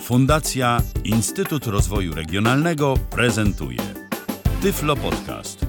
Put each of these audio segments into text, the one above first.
Fundacja Instytut Rozwoju Regionalnego prezentuje Tyflo Podcast.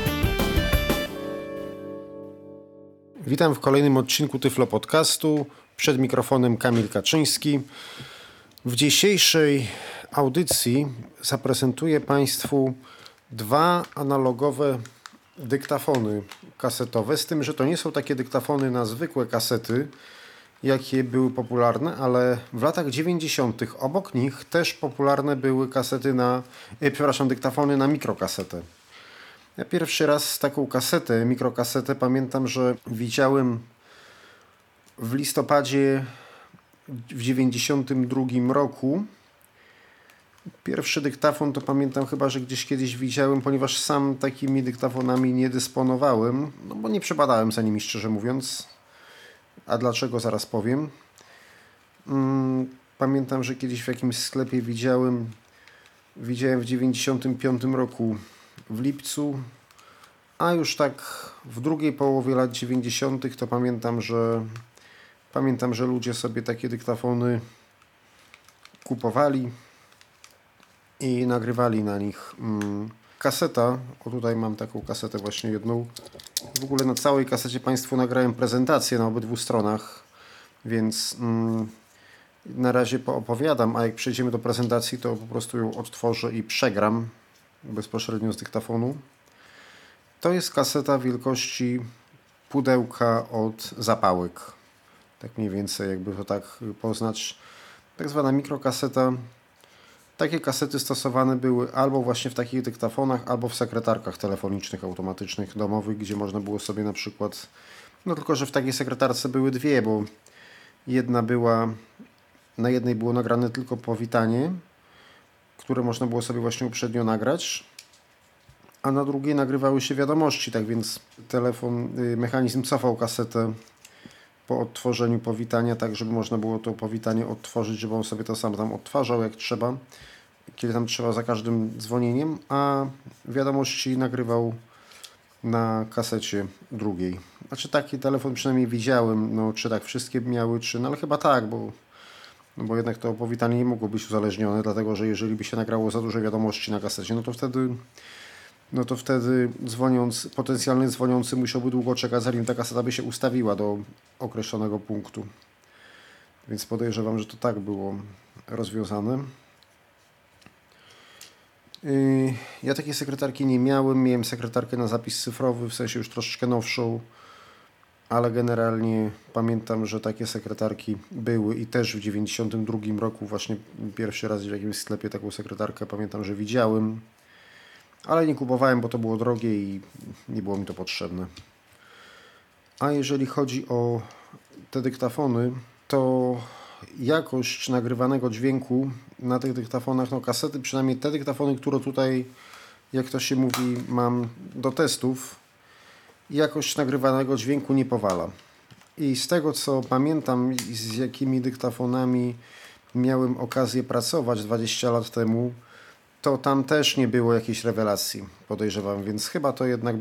Witam w kolejnym odcinku Tyflo Podcastu. Przed mikrofonem Kamil Kaczyński. W dzisiejszej audycji zaprezentuję Państwu dwa analogowe dyktafony kasetowe, z tym, że to nie są takie dyktafony na zwykłe kasety, jakie były popularne, ale w latach 90. obok nich też popularne były dyktafony na mikrokasetę. Ja pierwszy raz taką kasetę, mikrokasetę, pamiętam, że widziałem w listopadzie w 92 roku. Pierwszy dyktafon to pamiętam chyba, że gdzieś kiedyś widziałem, ponieważ sam takimi dyktafonami nie dysponowałem, no bo nie przebadałem za nimi, szczerze mówiąc. A dlaczego, zaraz powiem. Pamiętam, że kiedyś w jakimś sklepie widziałem w 95 roku w lipcu, a już tak w drugiej połowie lat 90. to pamiętam, że ludzie sobie takie dyktafony kupowali i nagrywali na nich. Kaseta, o tutaj mam taką kasetę właśnie jedną. W ogóle na całej kasecie Państwu nagrałem prezentację na obydwu stronach, więc na razie poopowiadam, a jak przejdziemy do prezentacji, to po prostu ją odtworzę i przegram bezpośrednio z dyktafonu. To jest kaseta wielkości pudełka od zapałek. Tak mniej więcej, jakby to tak poznać. Tak zwana mikrokaseta. Takie kasety stosowane były albo właśnie w takich dyktafonach, albo w sekretarkach telefonicznych, automatycznych, domowych, gdzie można było sobie na przykład... No tylko, że w takiej sekretarce były dwie, bo na jednej było nagrane tylko powitanie, które można było sobie właśnie uprzednio nagrać, a na drugiej nagrywały się wiadomości, tak więc mechanizm cofał kasetę po odtworzeniu powitania, tak żeby można było to powitanie odtworzyć, żeby on sobie to sam tam odtwarzał jak trzeba, kiedy tam trzeba za każdym dzwonieniem, a wiadomości nagrywał na kasecie drugiej. Znaczy taki telefon przynajmniej widziałem, no czy tak wszystkie miały, no ale chyba tak, bo jednak to powitanie nie mogło być uzależnione, dlatego że jeżeli by się nagrało za dużo wiadomości na kasecie, no to wtedy potencjalny dzwoniący musiałby długo czekać, zanim ta kaseta by się ustawiła do określonego punktu. Więc podejrzewam, że to tak było rozwiązane. Ja takiej sekretarki nie miałem. Miałem sekretarkę na zapis cyfrowy, w sensie już troszeczkę nowszą, ale generalnie pamiętam, że takie sekretarki były i też w 92 roku właśnie pierwszy raz w jakimś sklepie taką sekretarkę pamiętam, że widziałem. Ale nie kupowałem, bo to było drogie i nie było mi to potrzebne. A jeżeli chodzi o te dyktafony, to jakość nagrywanego dźwięku na tych dyktafonach, no kasety, przynajmniej te dyktafony, które tutaj, jak to się mówi, mam do testów, jakość nagrywanego dźwięku nie powala. I z tego, co pamiętam, z jakimi dyktafonami miałem okazję pracować 20 lat temu, to tam też nie było jakiejś rewelacji, podejrzewam, więc chyba to jednak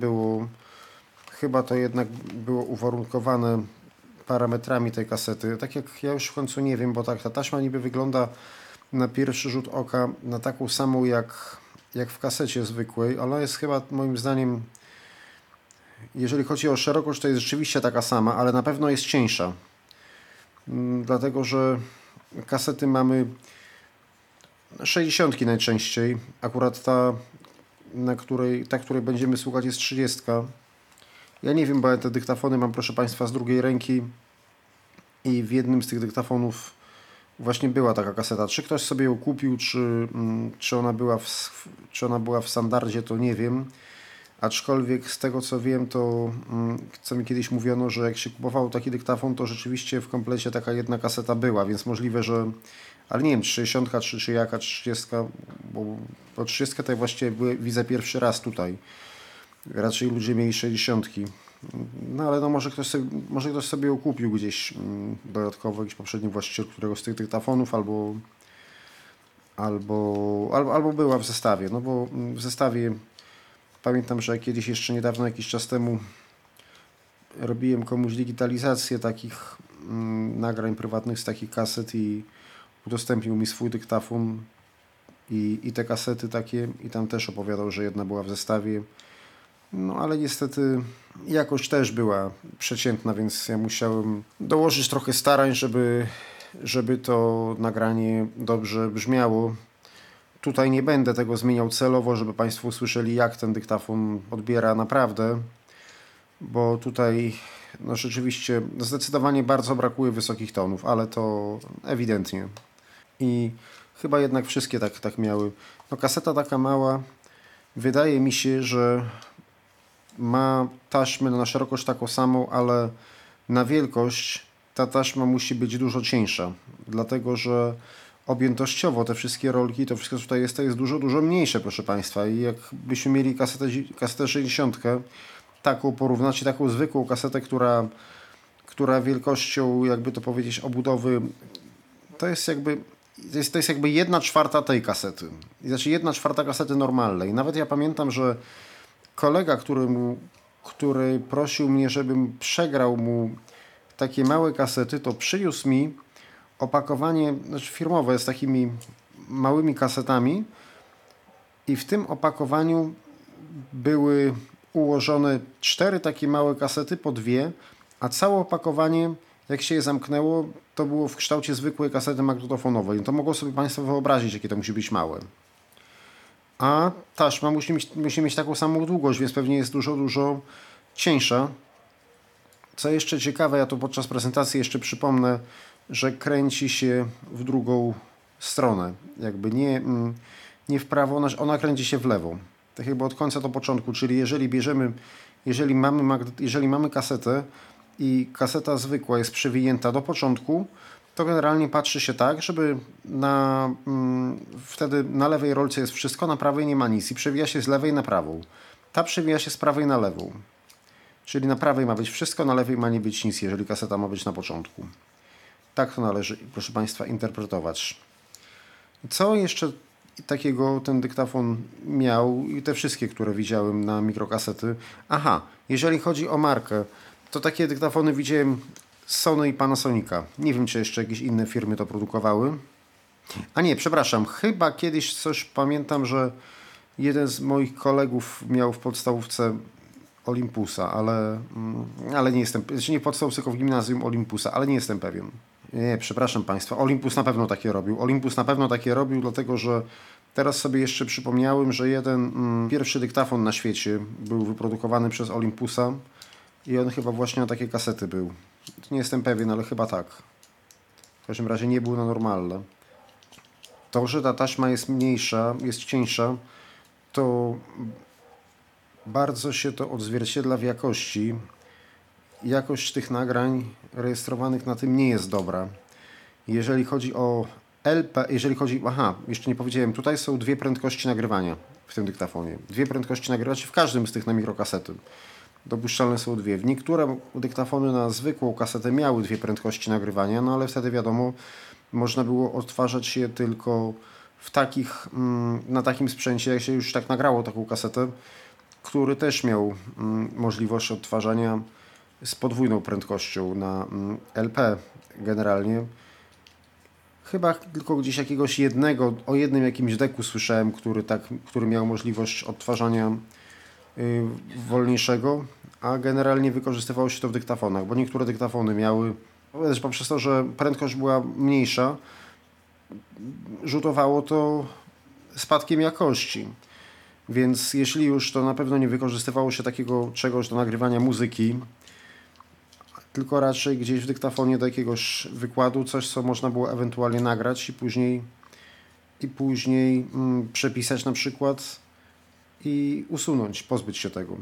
było uwarunkowane parametrami tej kasety. Tak jak ja już w końcu nie wiem, bo tak ta taśma niby wygląda na pierwszy rzut oka na taką samą jak w kasecie zwykłej, ale jest chyba moim zdaniem, jeżeli chodzi o szerokość, to jest rzeczywiście taka sama, ale na pewno jest cieńsza. Dlatego, że kasety mamy 60 najczęściej, akurat ta, której będziemy słuchać, jest 30. Ja nie wiem, bo ja te dyktafony mam, proszę Państwa, z drugiej ręki i w jednym z tych dyktafonów właśnie była taka kaseta. Czy ktoś sobie ją kupił, czy ona była w standardzie, to nie wiem. Aczkolwiek z tego, co wiem, to co mi kiedyś mówiono, że jak się kupowało taki dyktafon, to rzeczywiście w komplecie taka jedna kaseta była, więc możliwe, że... Ale nie wiem, 60 czy jaka 30, bo 30 to właściwie widzę pierwszy raz tutaj. Raczej ludzie mieli 60. No ale no może ktoś sobie ją kupił gdzieś dodatkowo, jakiś poprzedni właściciel któregoś z tych dyktafonów, albo była w zestawie. No bo w zestawie pamiętam, że kiedyś jeszcze niedawno, jakiś czas temu robiłem komuś digitalizację takich nagrań prywatnych z takich kaset i udostępnił mi swój dyktafon i te kasety takie i tam też opowiadał, że jedna była w zestawie. No ale niestety jakość też była przeciętna, więc ja musiałem dołożyć trochę starań, żeby to nagranie dobrze brzmiało. Tutaj nie będę tego zmieniał celowo, żeby Państwo usłyszeli, jak ten dyktafon odbiera naprawdę, bo tutaj no rzeczywiście zdecydowanie bardzo brakuje wysokich tonów, ale to ewidentnie. I chyba jednak wszystkie tak miały. No kaseta taka mała, wydaje mi się, że ma taśmę na szerokość taką samą, ale na wielkość ta taśma musi być dużo cieńsza, dlatego że objętościowo te wszystkie rolki, to wszystko co tutaj jest, to jest dużo, dużo mniejsze, proszę Państwa. I jakbyśmy mieli kasetę 60, taką porównać, taką zwykłą kasetę, która wielkością, jakby to powiedzieć, obudowy, to jest jakby 1/4 tej kasety. Znaczy 1/4 kasety normalnej. Nawet ja pamiętam, że kolega, który prosił mnie, żebym przegrał mu takie małe kasety, to przyniósł mi opakowanie, znaczy firmowe, z takimi małymi kasetami i w tym opakowaniu były ułożone 4 takie małe kasety po 2, a całe opakowanie, jak się je zamknęło, to było w kształcie zwykłej kasety magnetofonowej. No to mogą sobie Państwo wyobrazić, jakie to musi być małe. A taśma musi mieć taką samą długość, więc pewnie jest dużo, dużo cieńsza. Co jeszcze ciekawe, ja to podczas prezentacji jeszcze przypomnę, że kręci się w drugą stronę. Jakby nie w prawo, ona kręci się w lewo. Tak jakby od końca do początku, czyli jeżeli mamy kasetę i kaseta zwykła jest przewinięta do początku, to generalnie patrzy się tak, żeby wtedy na lewej rolce jest wszystko, na prawej nie ma nic i przewija się z lewej na prawą. Ta przewija się z prawej na lewą. Czyli na prawej ma być wszystko, na lewej ma nie być nic, jeżeli kaseta ma być na początku. Tak to należy, proszę Państwa, interpretować. Co jeszcze takiego ten dyktafon miał i te wszystkie, które widziałem na mikrokasety? Aha, jeżeli chodzi o markę, to takie dyktafony widziałem Sony i Panasonica. Nie wiem, czy jeszcze jakieś inne firmy to produkowały. A nie, przepraszam, chyba kiedyś coś pamiętam, że jeden z moich kolegów miał w podstawówce Olympusa, ale nie jestem, znaczy nie w podstawówce, tylko w gimnazjum Olympusa, ale nie jestem pewien. Nie, przepraszam Państwa, Olympus na pewno takie robił, dlatego że teraz sobie jeszcze przypomniałem, że jeden pierwszy dyktafon na świecie był wyprodukowany przez Olympusa i on chyba właśnie na takie kasety był. Nie jestem pewien, ale chyba tak. W każdym razie nie był na normalne. To, że ta taśma jest mniejsza, jest cieńsza, to bardzo się to odzwierciedla w jakości. Jakość tych nagrań rejestrowanych na tym nie jest dobra. Jeżeli chodzi o LP, jeszcze nie powiedziałem, tutaj są 2 prędkości nagrywania w tym dyktafonie. 2 prędkości nagrywania w każdym z tych na mikrokasety. Dopuszczalne są 2. Niektóre dyktafony na zwykłą kasetę miały 2 prędkości nagrywania, no ale wtedy wiadomo, można było odtwarzać je tylko na takim sprzęcie, jak się już tak nagrało taką kasetę, który też miał możliwość odtwarzania z podwójną prędkością na LP generalnie. Chyba tylko gdzieś o jednym jakimś deku słyszałem, który miał możliwość odtwarzania wolniejszego, a generalnie wykorzystywało się to w dyktafonach, bo niektóre dyktafony miały, poprzez to, że prędkość była mniejsza, rzutowało to spadkiem jakości. Więc jeśli już, to na pewno nie wykorzystywało się takiego czegoś do nagrywania muzyki, tylko raczej gdzieś w dyktafonie do jakiegoś wykładu, coś co można było ewentualnie nagrać i później przepisać na przykład i usunąć, pozbyć się tego.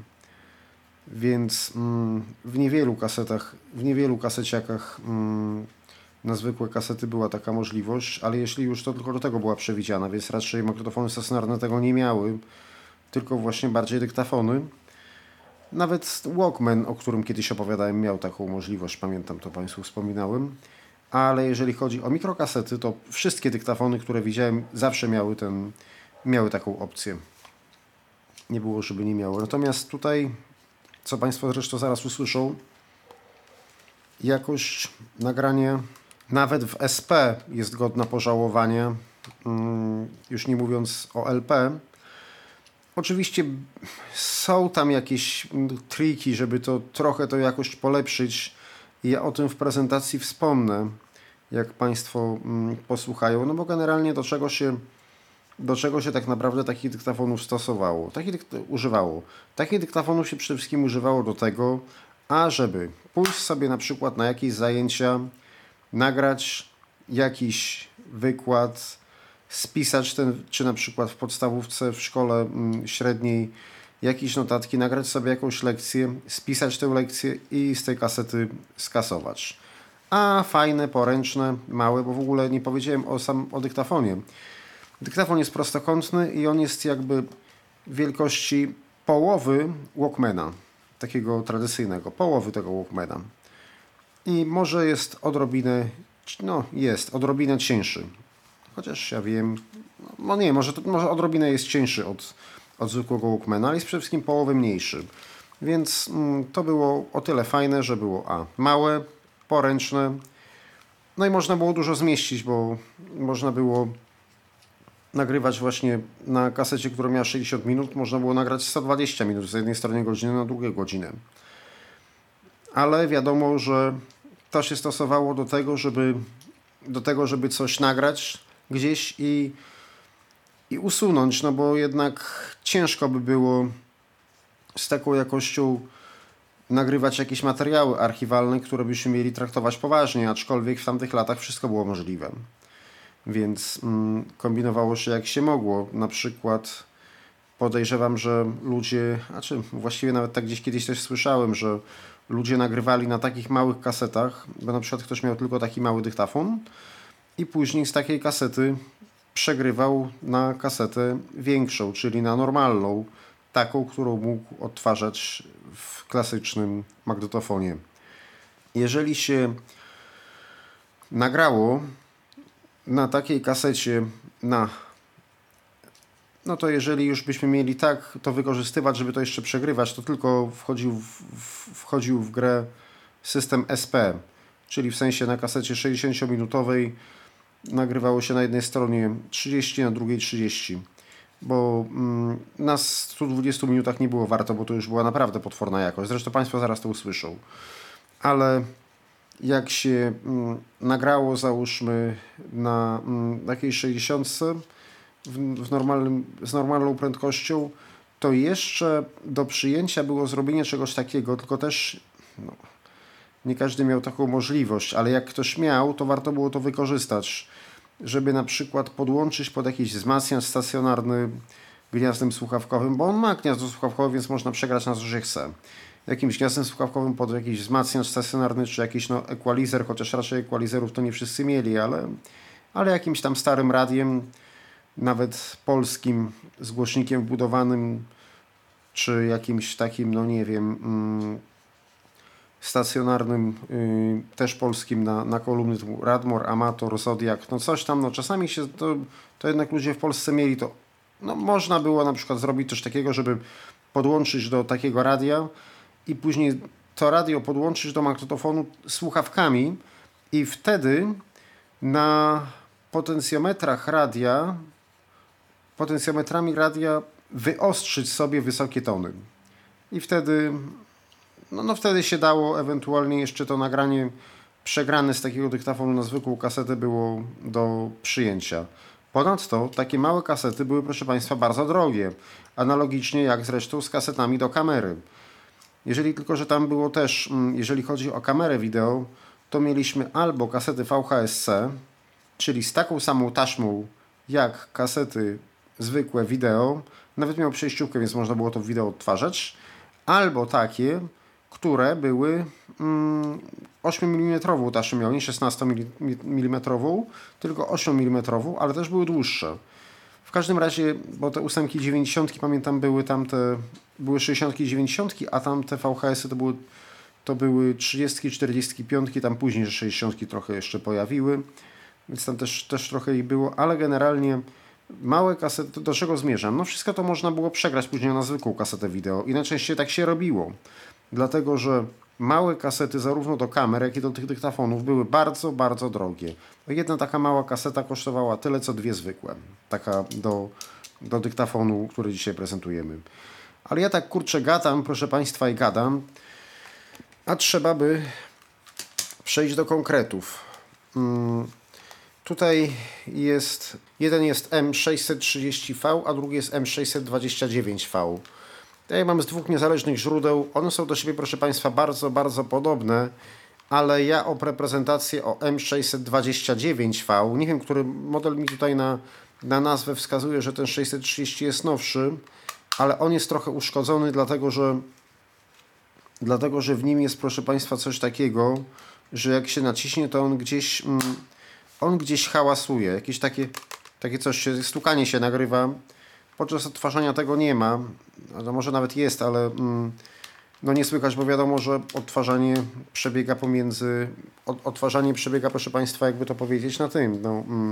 Więc w niewielu kaseciakach na zwykłe kasety była taka możliwość, ale jeśli już, to tylko do tego była przewidziana, więc raczej magnetofony stacjonarne tego nie miały, tylko właśnie bardziej dyktafony. Nawet Walkman, o którym kiedyś opowiadałem, miał taką możliwość, pamiętam, to Państwu wspominałem. Ale jeżeli chodzi o mikrokasety, to wszystkie dyktafony, które widziałem, zawsze miały taką opcję. Nie było, żeby nie miały. Natomiast tutaj, co Państwo zresztą zaraz usłyszą, jakość nagrania nawet w SP jest godna pożałowania, już nie mówiąc o LP. Oczywiście są tam jakieś triki, żeby to trochę to jakoś polepszyć. Ja o tym w prezentacji wspomnę, jak Państwo posłuchają, no bo generalnie do czego się tak naprawdę takich dyktafonów stosowało, używało. Takich dyktafonów się przede wszystkim używało do tego, ażeby pójść sobie na przykład na jakieś zajęcia, nagrać jakiś wykład, spisać ten, czy na przykład w podstawówce, w szkole średniej jakieś notatki, nagrać sobie jakąś lekcję, spisać tę lekcję i z tej kasety skasować. A fajne, poręczne, małe, bo w ogóle nie powiedziałem o dyktafonie. Dyktafon jest prostokątny i on jest jakby wielkości połowy Walkmana, takiego tradycyjnego, połowy tego Walkmana. I może jest odrobinę cieńszy. Chociaż ja wiem, może odrobinę jest cieńszy od zwykłego Walkmana, ale jest przede wszystkim połowę mniejszy. Więc to było o tyle fajne, że było małe, poręczne, no i można było dużo zmieścić, bo można było nagrywać właśnie na kasecie, która miała 60 minut, można było nagrać 120 minut z jednej strony godziny na drugiej godzinę. Ale wiadomo, że to się stosowało do tego, żeby coś nagrać gdzieś i usunąć, no bo jednak ciężko by było z taką jakością nagrywać jakieś materiały archiwalne, które byśmy mieli traktować poważnie, aczkolwiek w tamtych latach wszystko było możliwe. Więc kombinowało się jak się mogło. Na przykład podejrzewam, że właściwie nawet tak gdzieś kiedyś też słyszałem, że ludzie nagrywali na takich małych kasetach, bo na przykład ktoś miał tylko taki mały dyktafon i później z takiej kasety przegrywał na kasetę większą, czyli na normalną, taką, którą mógł odtwarzać w klasycznym magnetofonie. Jeżeli się nagrało na takiej kasecie, no to jeżeli już byśmy mieli tak to wykorzystywać, żeby to jeszcze przegrywać, to tylko wchodził w grę system SP, czyli w sensie na kasecie 60-minutowej nagrywało się na jednej stronie 30, na drugiej 30. Bo na 120 minutach nie było warto, bo to już była naprawdę potworna jakość. Zresztą Państwo zaraz to usłyszą. Ale jak się nagrało, załóżmy, na takiej 60 z normalną prędkością, to jeszcze do przyjęcia było zrobienie czegoś takiego, tylko też nie każdy miał taką możliwość, ale jak ktoś miał, to warto było to wykorzystać, żeby na przykład podłączyć pod jakiś wzmacniacz stacjonarny gniazdem słuchawkowym, bo on ma gniazdo słuchawkowe, więc można przegrać na co się chce. Jakimś gniazdem słuchawkowym pod jakiś wzmacniacz stacjonarny, czy jakiś equalizer, chociaż raczej equalizerów to nie wszyscy mieli, ale jakimś tam starym radiem, nawet polskim, z głośnikiem wbudowanym, czy jakimś takim, stacjonarnym, też polskim na kolumny typu Radmor, Amator, Zodiak, coś tam, czasami się to jednak ludzie w Polsce mieli to, można było na przykład zrobić coś takiego, żeby podłączyć do takiego radia i później to radio podłączyć do magnetofonu słuchawkami i wtedy na potencjometrami radia wyostrzyć sobie wysokie tony. I wtedy wtedy się dało ewentualnie jeszcze to nagranie przegrane z takiego dyktafonu na zwykłą kasetę było do przyjęcia. Ponadto takie małe kasety były, proszę Państwa, bardzo drogie. Analogicznie jak zresztą z kasetami do kamery. Jeżeli tylko, że tam było też, jeżeli chodzi o kamerę wideo, to mieliśmy albo kasety VHS-C, czyli z taką samą taśmą jak kasety zwykłe wideo, nawet miał przejściówkę, więc można było to wideo odtwarzać, albo takie, które były 8 mm taśmę miały, nie 16 mm, tylko 8 mm, ale też były dłuższe. W każdym razie, bo te 8 i 90 pamiętam były 60 i 90, a tamte VHS-y to były 30, 45, tam później 60 trochę jeszcze pojawiły, więc tam też trochę ich było, ale generalnie małe kasety, do czego zmierzam? Wszystko to można było przegrać później na zwykłą kasetę wideo i najczęściej tak się robiło. Dlatego, że małe kasety zarówno do kamer, jak i do tych dyktafonów były bardzo, bardzo drogie. Jedna taka mała kaseta kosztowała tyle, co 2 zwykłe. Taka do dyktafonu, który dzisiaj prezentujemy. Ale ja tak kurczę gadam, proszę Państwa, i gadam, a trzeba by przejść do konkretów. Tutaj jeden jest M630V, a drugi jest M629V. Ja mam z 2 niezależnych źródeł. One są do siebie, proszę Państwa, bardzo, bardzo podobne, ale ja o reprezentację o M629V, nie wiem, który model mi tutaj na nazwę wskazuje, że ten 630 jest nowszy, ale on jest trochę uszkodzony, dlatego że w nim jest, proszę Państwa, coś takiego, że jak się naciśnie, to on gdzieś hałasuje. Jakieś takie coś, stukanie się nagrywa. Podczas odtwarzania tego nie ma. A może nawet jest, ale no nie słychać, bo wiadomo, że odtwarzanie przebiega, proszę Państwa, jakby to powiedzieć, na tym.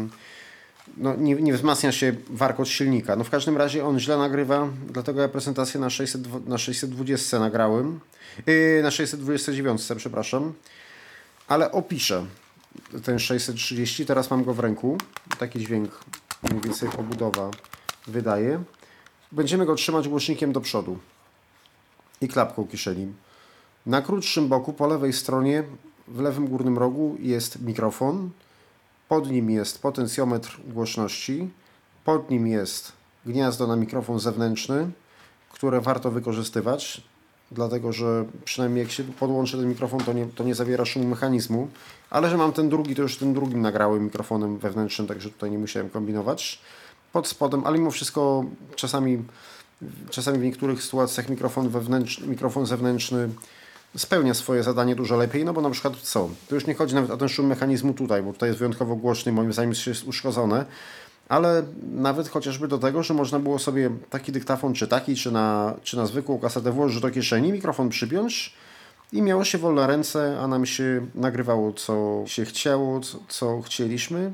Nie wzmacnia się warkot silnika. No w każdym razie on źle nagrywa, dlatego ja prezentację na 620 nagrałem. Na 629, przepraszam. Ale opiszę ten 630. Teraz mam go w ręku. Taki dźwięk mniej więcej obudowa wydaje. Będziemy go trzymać głośnikiem do przodu i klapką kieszeni. Na krótszym boku, po lewej stronie, w lewym górnym rogu jest mikrofon. Pod nim jest potencjometr głośności. Pod nim jest gniazdo na mikrofon zewnętrzny, które warto wykorzystywać, dlatego że przynajmniej jak się podłączy ten mikrofon, to nie zawiera szumu mechanizmu. Ale że mam ten drugi, to już tym drugim nagrałem mikrofonem wewnętrznym, także tutaj nie musiałem kombinować. Pod spodem, ale mimo wszystko czasami w niektórych sytuacjach mikrofon zewnętrzny spełnia swoje zadanie dużo lepiej, no bo na przykład to już nie chodzi nawet o ten szum mechanizmu tutaj, bo tutaj jest wyjątkowo głośny, moim zdaniem jest uszkodzone, ale nawet chociażby do tego, że można było sobie taki dyktafon, czy na zwykłą kasetę włożyć do kieszeni, mikrofon przypiąć i miało się wolne ręce, a nam się nagrywało, co się chciało, co chcieliśmy,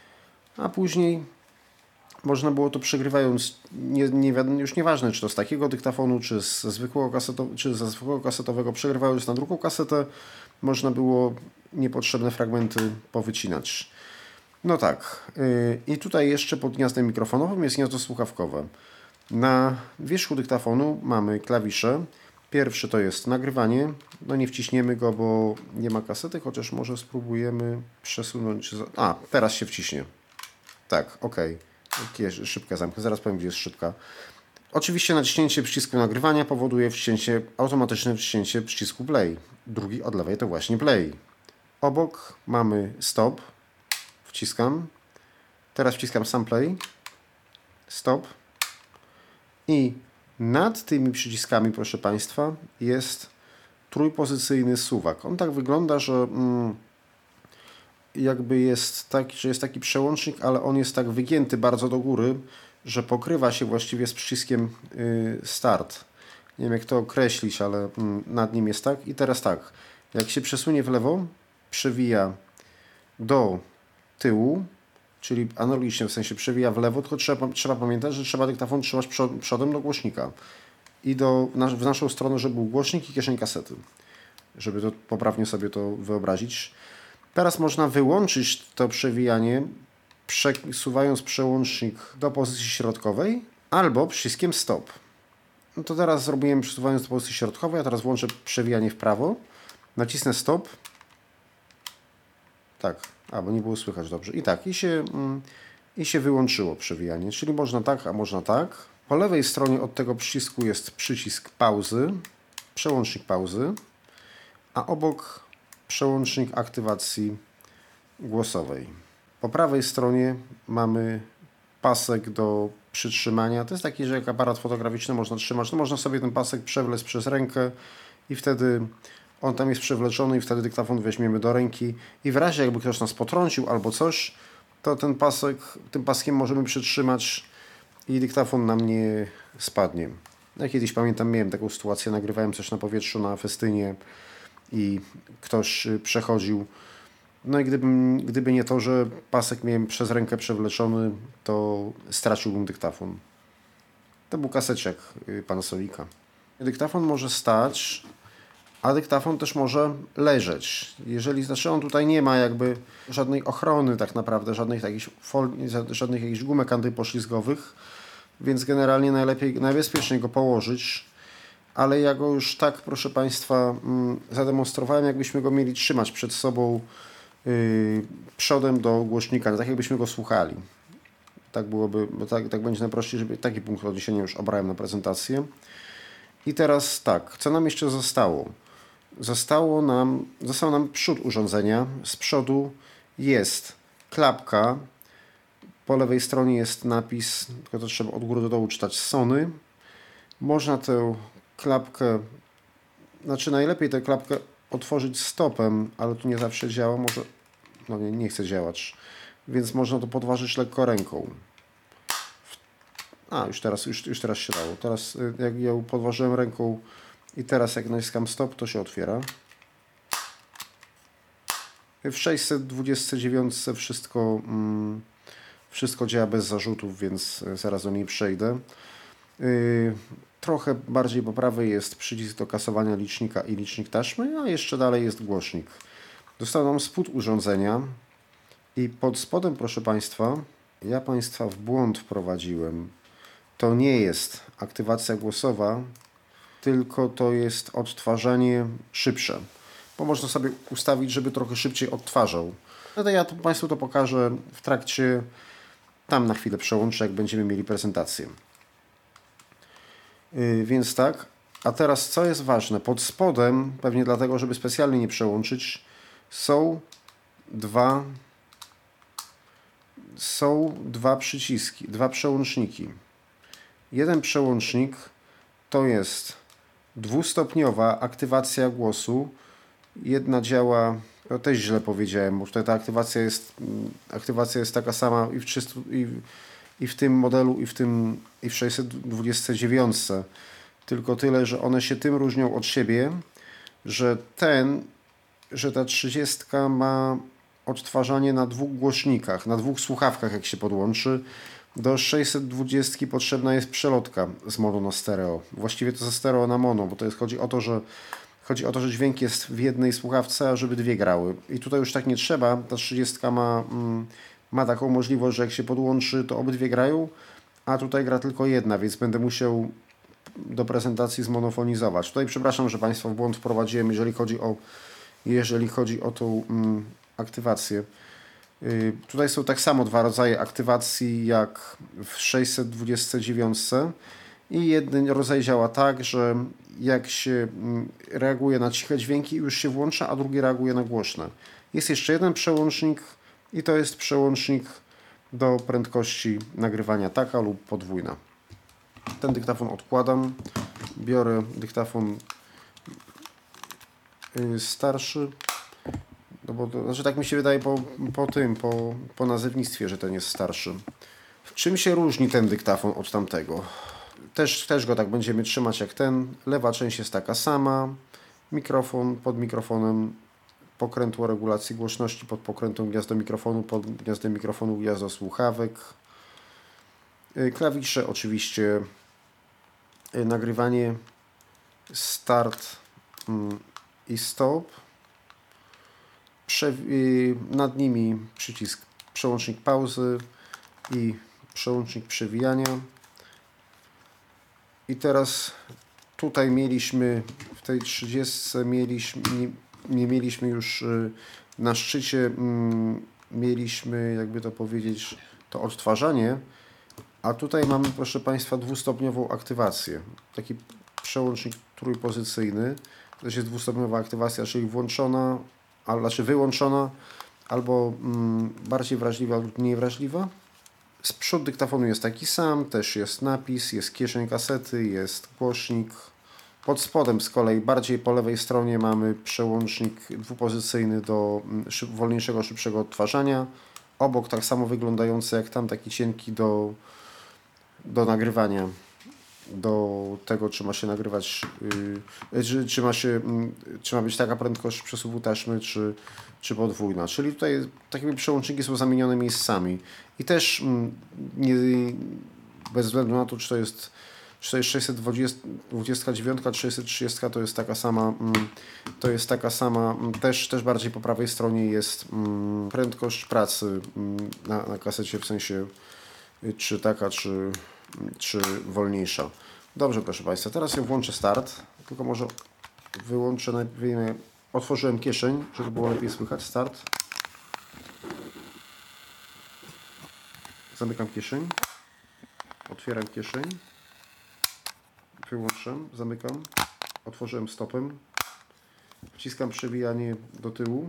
a później można było to przegrywając, już nieważne, czy to z takiego dyktafonu, czy ze zwykłego kasetowego, przegrywając na drugą kasetę, można było niepotrzebne fragmenty powycinać. No tak. I tutaj jeszcze pod gniazdem mikrofonowym jest gniazdo słuchawkowe. Na wierzchu dyktafonu mamy klawisze. Pierwszy to jest nagrywanie. No nie wciśniemy go, bo nie ma kasety, chociaż może spróbujemy przesunąć. Teraz się wciśnie. Tak, ok. Szybka zamknę, zaraz powiem, gdzie jest szybka. Oczywiście naciśnięcie przycisku nagrywania powoduje automatyczne wciśnięcie przycisku play. Drugi od lewej to właśnie play. Obok mamy stop. Wciskam. Teraz wciskam sam play. Stop. I nad tymi przyciskami, proszę Państwa, jest trójpozycyjny suwak. On tak wygląda, że jakby jest taki przełącznik, ale on jest tak wygięty bardzo do góry, że pokrywa się właściwie z przyciskiem start. Nie wiem, jak to określić, ale nad nim jest tak. I teraz tak, jak się przesunie w lewo, przewija do tyłu, czyli analogicznie, w sensie przewija w lewo, tylko trzeba pamiętać, że trzeba dyktafon trzymać przodem do głośnika i w naszą stronę, żeby był głośnik i kieszeń kasety, żeby to poprawnie sobie to wyobrazić. Teraz można wyłączyć to przewijanie, przesuwając przełącznik do pozycji środkowej albo przyciskiem stop. No to teraz zrobiłem przesuwając do pozycji środkowej, a teraz włączę przewijanie w prawo. Nacisnę stop. Tak, bo nie było słychać dobrze. I tak, i się wyłączyło przewijanie, czyli można tak, a można tak. Po lewej stronie od tego przycisku jest przycisk pauzy, przełącznik pauzy, a obok przełącznik aktywacji głosowej. Po prawej stronie mamy pasek do przytrzymania. To jest taki, że jak aparat fotograficzny można trzymać, to można sobie ten pasek przewlec przez rękę i wtedy on tam jest przewleczony i wtedy dyktafon weźmiemy do ręki i w razie jakby ktoś nas potrącił albo coś, to tym paskiem możemy przytrzymać i dyktafon nam nie spadnie. Ja kiedyś pamiętam, miałem taką sytuację, nagrywałem coś na powietrzu na festynie i ktoś przechodził. No i gdyby nie to, że pasek miałem przez rękę przewleczony, to straciłbym dyktafon. To był kaseczek Panasonica. Dyktafon może stać a dyktafon też może leżeć. Znaczy on tutaj nie ma jakby żadnej ochrony tak naprawdę, żadnych jakichś gumek antypoślizgowych, więc generalnie najbezpieczniej go położyć, ale ja go już tak, proszę Państwa, zademonstrowałem, jakbyśmy go mieli trzymać przed sobą przodem do głośnika, tak jakbyśmy go słuchali. Tak byłoby, bo tak będzie najprościej, żeby taki punkt odniesienia już obrałem na prezentację. I teraz tak, co nam jeszcze zostało? Został nam przód urządzenia. Z przodu jest klapka. Po lewej stronie jest napis, tylko to trzeba od góry do dołu czytać, Sony. Można tę klapkę, najlepiej tę klapkę otworzyć stopem, ale tu nie zawsze działa. Może, nie chce działać. Więc można to podważyć lekko ręką. Już teraz się dało. Teraz jak ją podważyłem ręką i teraz jak naciskam stop, to się otwiera. W 629 wszystko działa bez zarzutów, więc zaraz do niej przejdę. Trochę bardziej po prawej jest przycisk do kasowania licznika i licznik taśmy, a jeszcze dalej jest głośnik. Dostał nam spód urządzenia i pod spodem, proszę Państwa, ja Państwa w błąd wprowadziłem. To nie jest aktywacja głosowa, tylko to jest odtwarzanie szybsze. Bo można sobie ustawić, żeby trochę szybciej odtwarzał. No to ja Państwu to pokażę w trakcie, tam na chwilę przełączę, jak będziemy mieli prezentację. Więc tak, a teraz co jest ważne? Pod spodem, pewnie dlatego, żeby specjalnie nie przełączyć, są dwa przyciski, dwa przełączniki. Jeden przełącznik to jest dwustopniowa aktywacja głosu. Jedna działa, to też źle powiedziałem, bo tutaj ta aktywacja jest taka sama i w tym modelu, i w 629. Tylko tyle, że one się tym różnią od siebie, że ta 30 ma odtwarzanie na dwóch głośnikach, na dwóch słuchawkach, jak się podłączy. Do 620 potrzebna jest przelotka z mono na stereo. Właściwie to ze stereo na mono, bo chodzi o to, że dźwięk jest w jednej słuchawce, a żeby dwie grały. I tutaj już tak nie trzeba. Ta 30 ma taką możliwość, że jak się podłączy, to obydwie grają, a tutaj gra tylko jedna, więc będę musiał do prezentacji zmonofonizować. Tutaj przepraszam, że Państwa w błąd wprowadziłem, jeżeli chodzi o tą aktywację. Tutaj są tak samo dwa rodzaje aktywacji jak w 629 i jeden rodzaj działa tak, że jak się reaguje na ciche dźwięki już się włącza, a drugi reaguje na głośne. Jest jeszcze jeden przełącznik i to jest przełącznik do prędkości nagrywania taka lub podwójna. Ten dyktafon odkładam, biorę dyktafon starszy. No bo tak mi się wydaje po nazewnictwie, że ten jest starszy. Czym się różni ten dyktafon od tamtego? Też go tak będziemy trzymać jak ten. Lewa część jest taka sama. Mikrofon, pod mikrofonem pokrętło regulacji głośności, pod pokrętłem gniazdo mikrofonu, pod gniazdem mikrofonu gniazdo słuchawek. Klawisze oczywiście, nagrywanie, start i stop. Nad nimi przełącznik pauzy i przełącznik przewijania. I teraz tutaj w tej 30 mieliśmy już na szczycie, mieliśmy, jakby to powiedzieć, to odtwarzanie, a tutaj mamy, proszę Państwa, dwustopniową aktywację. Taki przełącznik trójpozycyjny. To jest dwustopniowa aktywacja, czyli wyłączona, albo bardziej wrażliwa lub mniej wrażliwa. Przód dyktafonu jest taki sam, też jest napis, jest kieszeń kasety, jest głośnik. Pod spodem z kolei, bardziej po lewej stronie, mamy przełącznik dwupozycyjny do wolniejszego, szybszego odtwarzania. Obok tak samo wyglądający jak tam, taki cienki do nagrywania. Do tego, czy ma się nagrywać, czy ma być taka prędkość przesuwu taśmy, czy podwójna. Czyli tutaj takie przełączniki są zamienione miejscami. I też bez względu na to, czy 629, 630 to jest taka sama, też bardziej po prawej stronie jest prędkość pracy na kasecie, w sensie czy taka, czy wolniejsza. Dobrze, proszę Państwa, teraz ja włączę start, tylko może wyłączę najpierw, otworzyłem kieszeń, żeby było lepiej słychać, start. Zamykam kieszeń, otwieram kieszeń, wyłączam, zamykam, otworzyłem stopem, wciskam przewijanie do tyłu,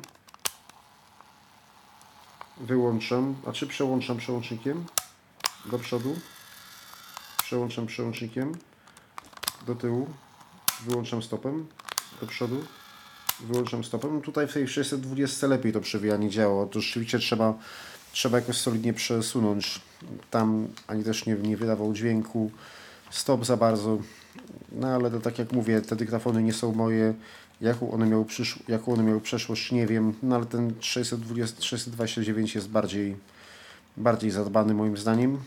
wyłączam, przełączam przełącznikiem do przodu, przełączam przełącznikiem do tyłu, wyłączam stopem do przodu, wyłączam stopem. Tutaj w tej 620 lepiej to przewijanie działa, to rzeczywiście trzeba jakoś solidnie przesunąć. Tam ani też nie wydawał dźwięku, stop za bardzo. No ale to tak jak mówię, te dyktafony nie są moje. Jaką one miały przeszłość, nie wiem. No ale ten 629 jest bardziej zadbany moim zdaniem.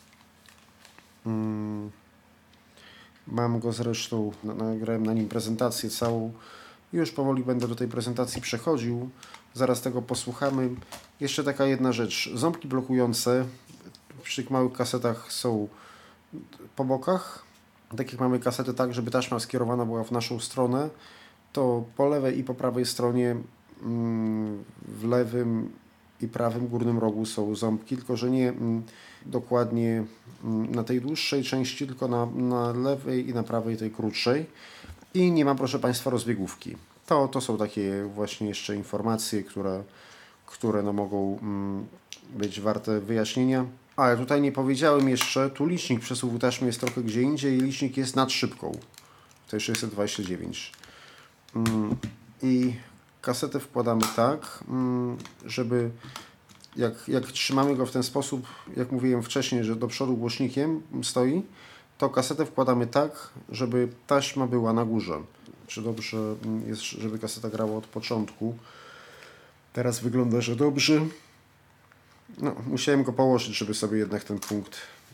Mam go zresztą, nagrałem na nim prezentację całą. Już powoli będę do tej prezentacji przechodził. Zaraz tego posłuchamy. Jeszcze taka jedna rzecz. Ząbki blokujące przy tych małych kasetach są po bokach. Tak jak mamy kasetę tak, żeby taśma skierowana była w naszą stronę, to po lewej i po prawej stronie w lewym i prawym górnym rogu są ząbki, tylko że nie dokładnie na tej dłuższej części, tylko na lewej i na prawej tej krótszej. I nie ma, proszę Państwa, rozbiegówki. To są takie właśnie jeszcze informacje, które mogą być warte wyjaśnienia. Ale tutaj nie powiedziałem jeszcze, tu licznik przesuwu taśmy jest trochę gdzie indziej, licznik jest nad szybką, tej 629. I kasetę wkładamy tak, żeby jak trzymamy go w ten sposób, jak mówiłem wcześniej, że do przodu głośnikiem stoi, to kasetę wkładamy tak, żeby taśma była na górze. Czy dobrze jest, żeby kaseta grała od początku? Teraz wygląda, że dobrze. No, musiałem go położyć, żeby sobie jednak ten punkt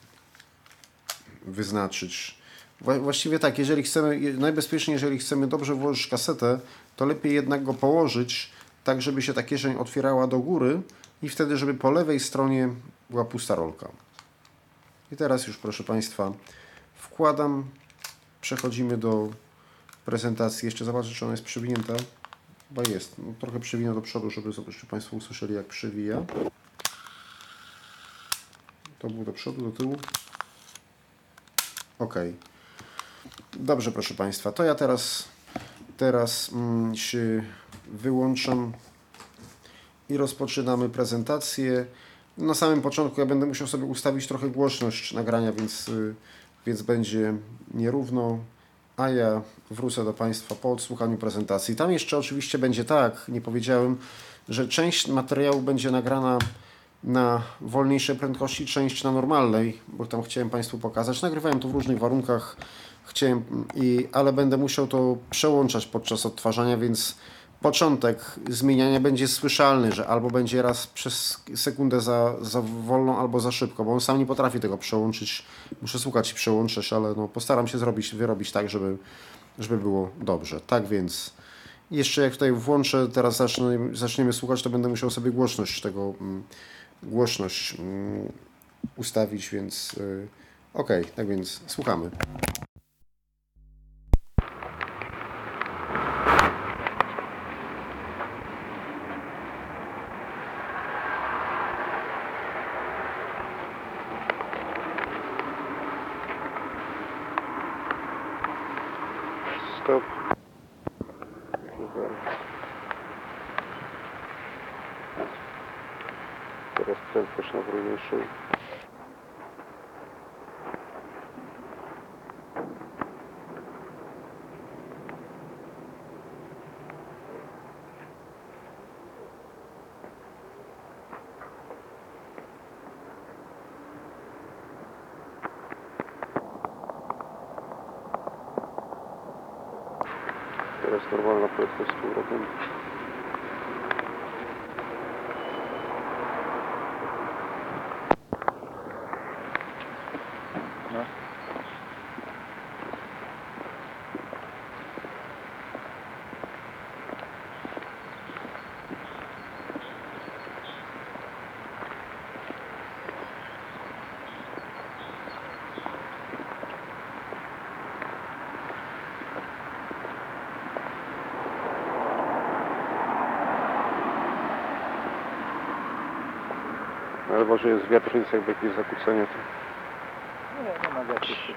wyznaczyć. Właściwie tak, najbezpieczniej, jeżeli chcemy dobrze włożyć kasetę, to lepiej jednak go położyć tak, żeby się ta kieszeń otwierała do góry i wtedy, żeby po lewej stronie była pusta rolka. I teraz już, proszę Państwa, wkładam, przechodzimy do prezentacji. Jeszcze zobaczę, czy ona jest przywinięta. Chyba jest. No, trochę przywinę do przodu, żeby Państwo usłyszeli, jak przywija. To było do przodu, do tyłu. Ok. Dobrze, proszę Państwa. To ja teraz się wyłączam i rozpoczynamy prezentację. Na samym początku ja będę musiał sobie ustawić trochę głośność nagrania, więc będzie nierówno, a ja wrócę do Państwa po odsłuchaniu prezentacji. Tam jeszcze oczywiście będzie tak, nie powiedziałem, że część materiału będzie nagrana na wolniejszej prędkości, część na normalnej, bo tam chciałem Państwu pokazać. Nagrywałem to w różnych warunkach, ale będę musiał to przełączać podczas odtwarzania, więc początek zmieniania będzie słyszalny, że albo będzie raz przez sekundę za wolno, albo za szybko, bo on sam nie potrafi tego przełączyć. Muszę słuchać i przełączyć, ale no, postaram się wyrobić tak, żeby było dobrze. Tak więc jeszcze jak tutaj włączę, teraz zaczniemy słuchać, to będę musiał sobie głośność ustawić, więc ok, tak więc słuchamy. Stop. Teraz prędkość na wolniejszą. Teraz normalna prędkość z powrotem. Ale może jest wiatr, jest jakby jakieś zakłócenie. Nie ma jakichś.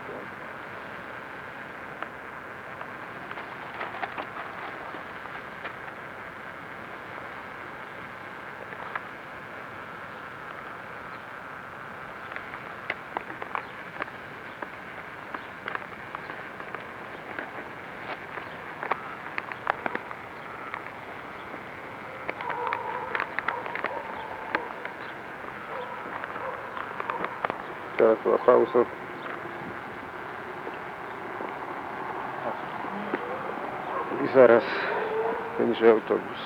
Teraz była pauza. I zaraz będzie autobus.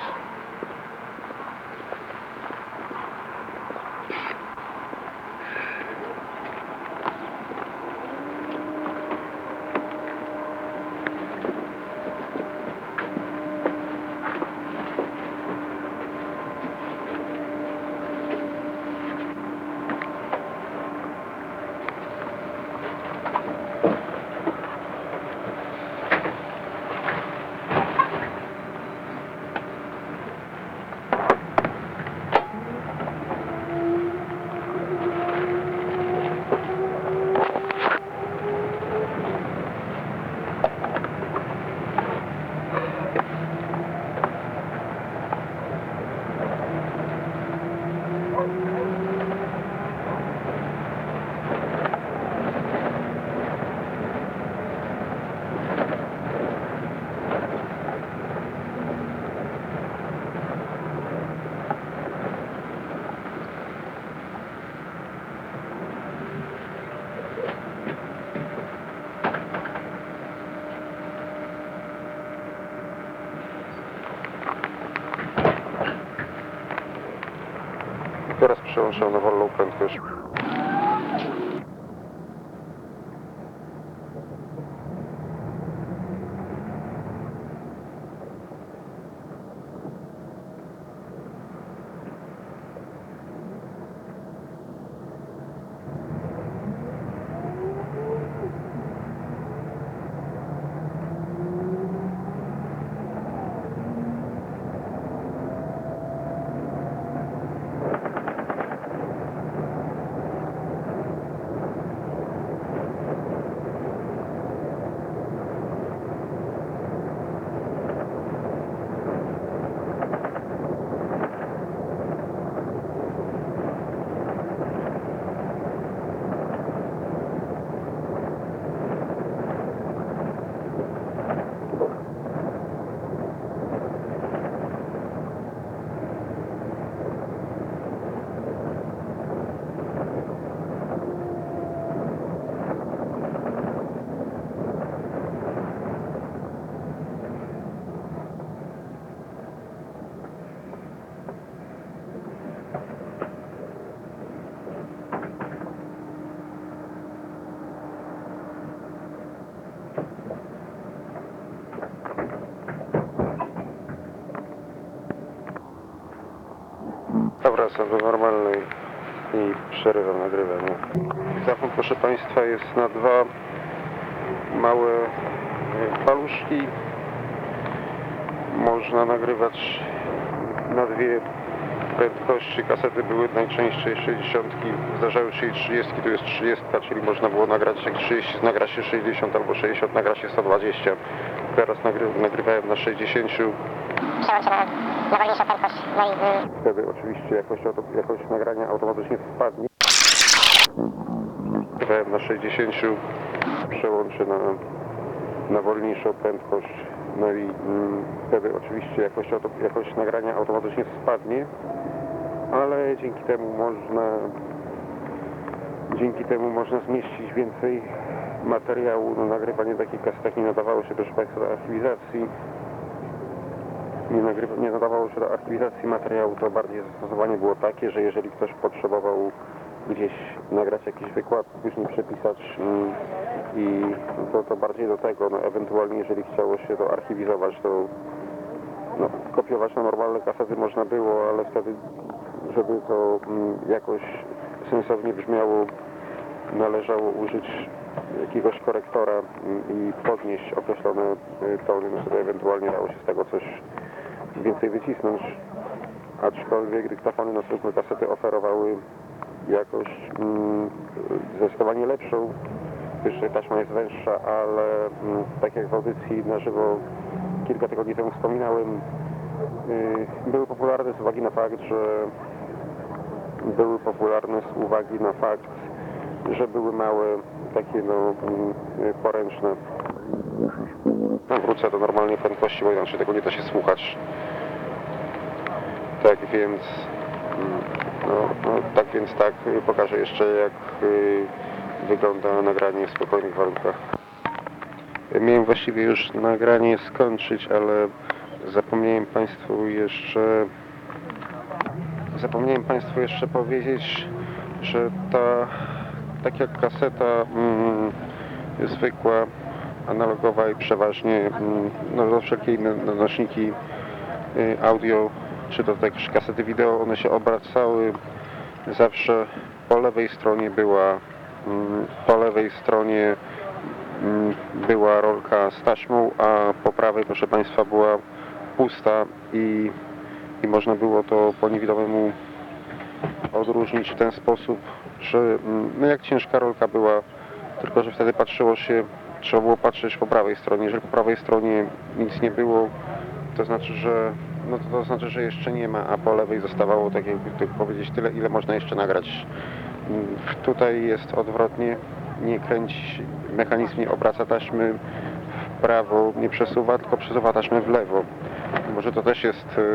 Teraz przełączam na wolną prędkość. Wracam do normalnej i przerywam nagrywanie. Zapłon, proszę Państwa, jest na dwa małe paluszki. Można nagrywać na dwie prędkości. Kasety były najczęściej 60, zdarzały się i 30, tu jest 30, czyli można było nagrać jak 30, nagra się 60 albo 60, nagra się 120. Teraz nagrywałem na 60. Przełącz na wolniejszą prędkość. No i wtedy oczywiście jakość nagrania automatycznie spadnie. Nagrywałem na 60, przełączę na wolniejszą prędkość. No i wtedy oczywiście jakość nagrania automatycznie spadnie, ale dzięki temu można zmieścić więcej materiału. No, nagrywanie takich kasetek nie nadawało się, proszę Państwa, do archiwizacji. Nie nadawało się do archiwizacji materiału, to bardziej zastosowanie było takie, że jeżeli ktoś potrzebował gdzieś nagrać jakiś wykład, później przepisać i to bardziej do tego, no ewentualnie jeżeli chciało się to archiwizować, to no, kopiować na normalne kasety można było, ale wtedy, żeby to jakoś sensownie brzmiało, należało użyć jakiegoś korektora i podnieść określone tony, no wtedy ewentualnie dało się z tego coś więcej wycisnąć, aczkolwiek dyktafony na słupne kasety oferowały jakość zdecydowanie lepszą, gdyż taśma jest węższa, ale tak jak w audycji na żywo kilka tygodni temu wspominałem, były popularne z uwagi na fakt, że były małe, takie poręczne. Wrócę do normalnej prędkości, bo inaczej tego nie da się słuchać. Tak więc pokażę jeszcze, jak wygląda nagranie w spokojnych warunkach. Miałem właściwie już nagranie skończyć, ale zapomniałem Państwu jeszcze powiedzieć, że tak jak kaseta zwykła, analogowa i przeważnie wszelkie inne nośniki audio, czy to jakieś kasety wideo, one się obracały zawsze po lewej stronie była rolka z taśmą, a po prawej, proszę Państwa, była pusta i można było to po niewidомemu odróżnić w ten sposób, że jak ciężka rolka była, tylko że wtedy trzeba było patrzeć po prawej stronie. Jeżeli po prawej stronie nic nie było, to znaczy, że jeszcze nie ma, a po lewej zostawało, tak jakby powiedzieć, tyle, ile można jeszcze nagrać. Tutaj jest odwrotnie, nie kręci, mechanizm nie obraca taśmy w prawo, nie przesuwa, tylko przesuwa taśmę w lewo. Może to też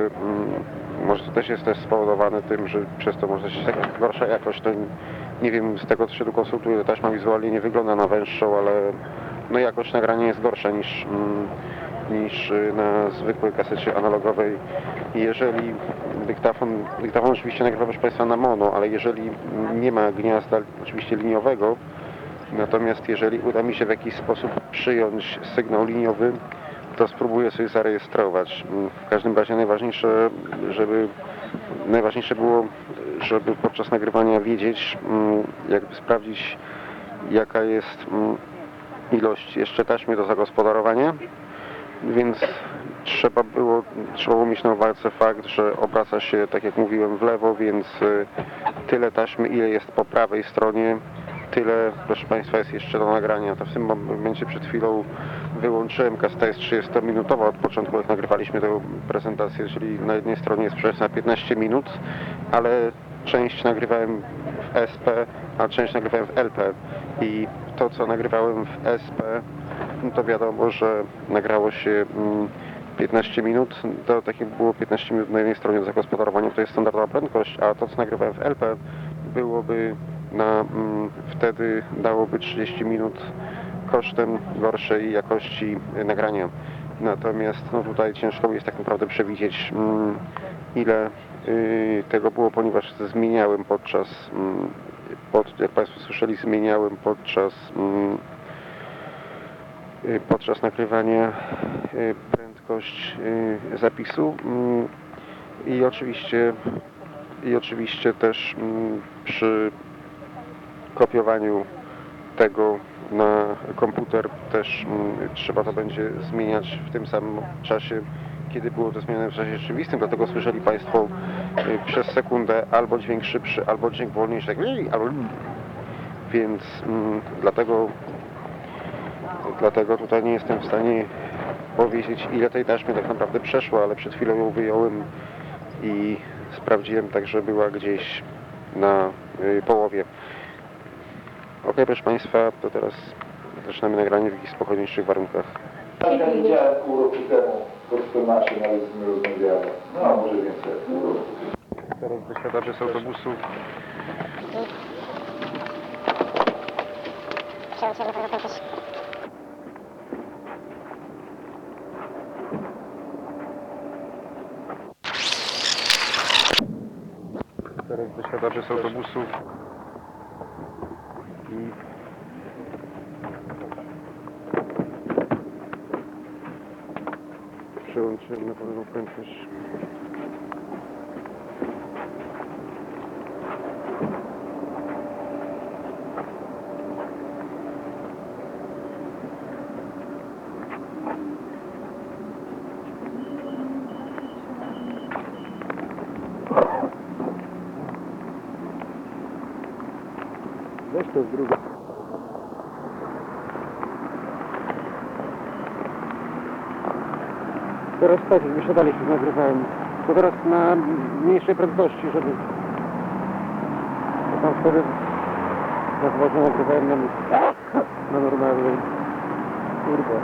jest spowodowane tym, że przez to może się taka gorsza jakość. To nie wiem, z tego co się tu konsultuje, taśma wizualnie nie wygląda na węższą, ale jakość nagrania jest gorsza niż na zwykłej kasecie analogowej. I jeżeli dyktafon oczywiście nagrywa, proszę Państwa, na mono, ale jeżeli nie ma gniazda oczywiście liniowego, natomiast jeżeli uda mi się w jakiś sposób przyjąć sygnał liniowy, to spróbuję sobie zarejestrować. W każdym razie najważniejsze było, żeby podczas nagrywania wiedzieć, jakby sprawdzić, jaka jest ilość jeszcze taśmy do zagospodarowania, więc trzeba było mieć na uwadze fakt, że obraca się, tak jak mówiłem, w lewo, więc tyle taśmy, ile jest po prawej stronie, tyle, proszę Państwa, jest jeszcze do nagrania. To w tym momencie przed chwilą wyłączyłem, kaseta jest 30-minutowa od początku, jak nagrywaliśmy tę prezentację, czyli na jednej stronie jest przejazd na 15 minut, ale część nagrywałem w SP, a część nagrywałem w LP i to, co nagrywałem w SP, to wiadomo, że nagrało się 15 minut, to tak jak było 15 minut na jednej stronie do zagospodarowania, to jest standardowa prędkość, a to, co nagrywałem w LP, byłoby wtedy dałoby 30 minut kosztem gorszej jakości nagrania. Natomiast tutaj ciężko jest tak naprawdę przewidzieć, ile tego było, ponieważ zmieniałem jak Państwo słyszeli, podczas nagrywania prędkość zapisu i oczywiście też przy kopiowaniu tego na komputer też trzeba to będzie zmieniać w tym samym czasie, kiedy było to zmienione w czasie rzeczywistym, dlatego słyszeli Państwo przez sekundę albo dźwięk szybszy, albo dźwięk wolniejszy, tak, więc dlatego tutaj nie jestem w stanie powiedzieć, ile tej taśmy tak naprawdę przeszło, ale przed chwilą ją wyjąłem i sprawdziłem, tak że była gdzieś na połowie. Ok, proszę Państwa, to teraz zaczynamy nagranie w jakichś spokojniejszych warunkach. Ja widziałem pół roku temu, krótko maszyn, ale z tym rozmawiałem. No, może więcej, pół roku. Teraz wysiadacze z autobusu. Teraz wysiadacze z autobusu i przełączyłem na pełną prędkość. Weź to z drugiej. Teraz tak, jak wysiadaliśmy, nagrywałem. To teraz na mniejszej prędkości, żeby... Bo tam wtedy na dworze nagrywałem na normalnej. Kurwa.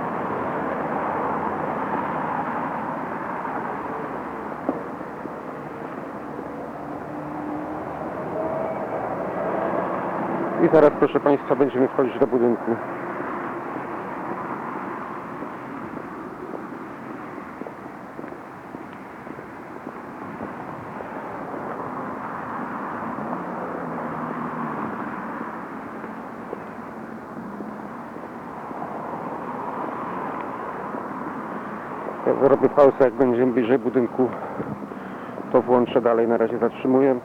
I zaraz, proszę Państwa, będziemy wchodzić do budynku. Ja zrobię pauzę, jak będziemy bliżej budynku, to włączę dalej, na razie zatrzymuję.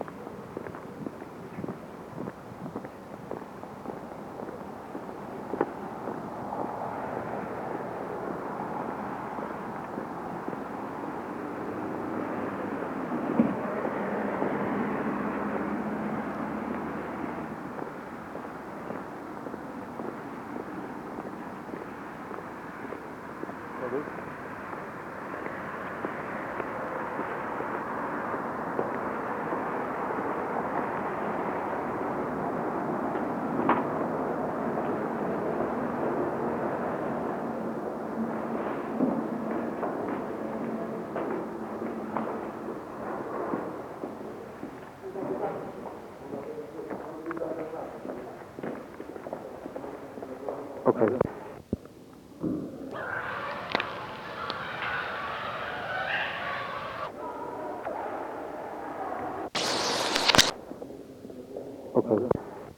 Okej. Okej.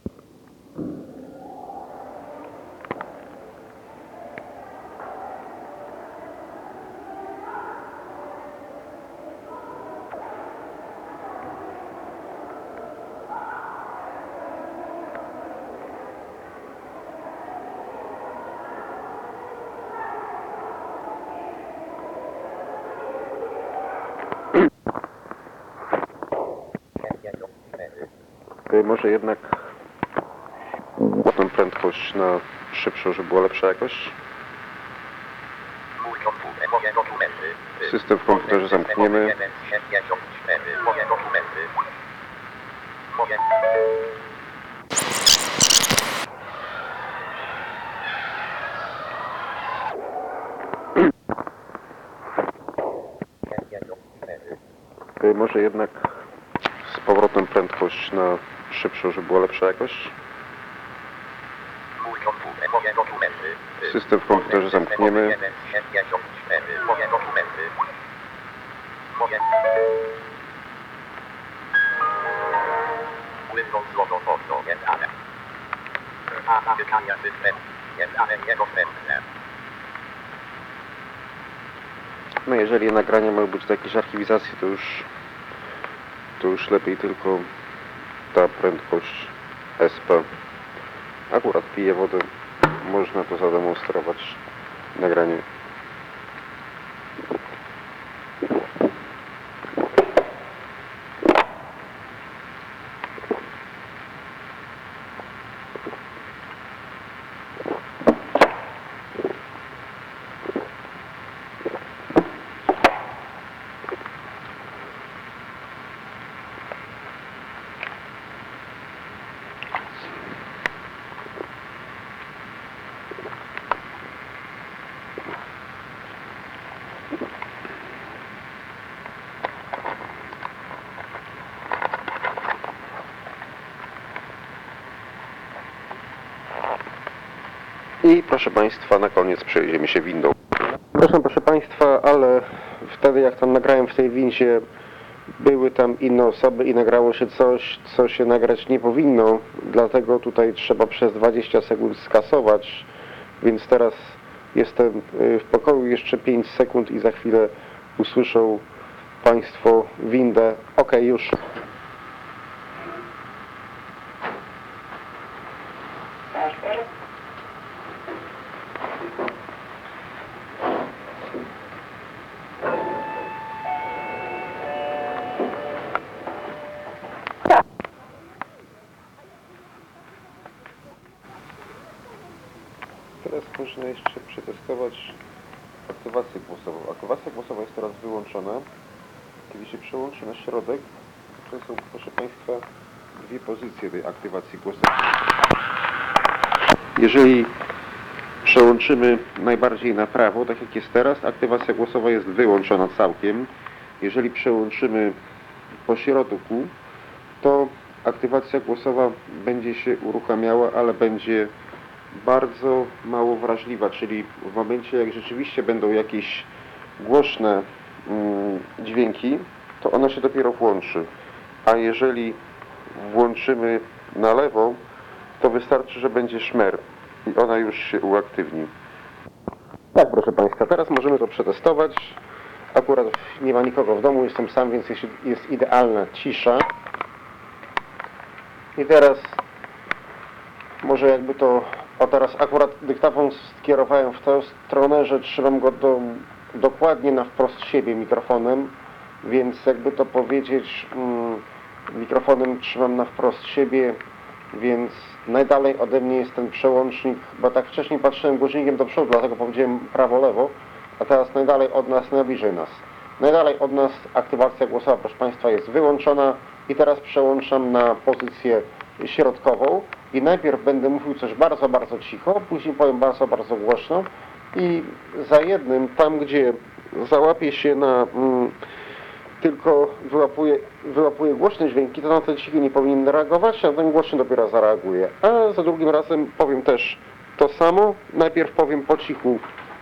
Może jednak tę prędkość na szybszą, żeby była lepsza jakość. System w komputerze zamkniemy. Może jednak z powrotem prędkość na szybszą, żeby była lepsza jakość. System w komputerze zamkniemy. No jeżeli nagrania mają być do jakiejś archiwizacji, to już lepiej tylko ta prędkość SP. Akurat piję wodę, można to zademonstrować nagranie. I proszę Państwa, na koniec przejedziemy się windą. Proszę Państwa, ale wtedy jak tam nagrałem w tej windzie, były tam inne osoby i nagrało się coś, co się nagrać nie powinno. Dlatego tutaj trzeba przez 20 sekund skasować. Więc teraz jestem w pokoju jeszcze 5 sekund i za chwilę usłyszą Państwo windę. Okej, już. teraz można jeszcze przetestować aktywację głosową. Aktywacja głosowa jest teraz wyłączona. Kiedy się przełączy na środek, to są, proszę Państwa, dwie pozycje tej aktywacji głosowej. Jeżeli przełączymy najbardziej na prawo, tak jak jest teraz, aktywacja głosowa jest wyłączona całkiem. Jeżeli przełączymy po środku, to aktywacja głosowa będzie się uruchamiała, ale będzie bardzo mało wrażliwa, czyli w momencie, jak rzeczywiście będą jakieś głośne dźwięki, to ona się dopiero włączy. A jeżeli włączymy na lewo, to wystarczy, że będzie szmer i ona już się uaktywni. Tak, proszę Państwa, teraz możemy to przetestować. Akurat nie ma nikogo w domu, jestem sam, więc jest idealna cisza. I teraz może jakby to... O, teraz akurat dyktafon skierowałem w tę stronę, że trzymam go dokładnie na wprost siebie mikrofonem, więc jakby to powiedzieć, mikrofonem trzymam na wprost siebie, więc najdalej ode mnie jest ten przełącznik, bo tak wcześniej patrzyłem głośnikiem do przodu, dlatego powiedziałem prawo-lewo, a teraz najdalej od nas, najbliżej nas. Najdalej od nas aktywacja głosowa, proszę Państwa, jest wyłączona i teraz przełączam na pozycję środkową i najpierw będę mówił coś bardzo, bardzo cicho, później powiem bardzo, bardzo głośno i za jednym, tam gdzie załapię się na tylko wyłapuje głośne dźwięki, to na ten cichy nie powinien reagować, a ten głośny dopiero zareaguje. A za drugim razem powiem też to samo, najpierw powiem po cichu,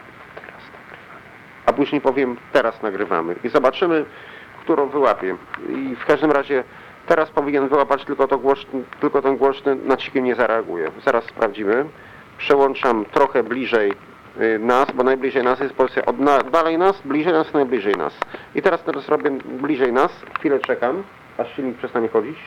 a później powiem teraz nagrywamy i zobaczymy, którą wyłapię. I w każdym razie teraz powinien wyłapać tylko ten głośny, na cichy nie zareaguje. Zaraz sprawdzimy. Przełączam trochę bliżej nas, bo najbliżej nas jest pozycja dalej nas, bliżej nas, najbliżej nas. I teraz zrobię bliżej nas, chwilę czekam, aż silnik przestanie chodzić.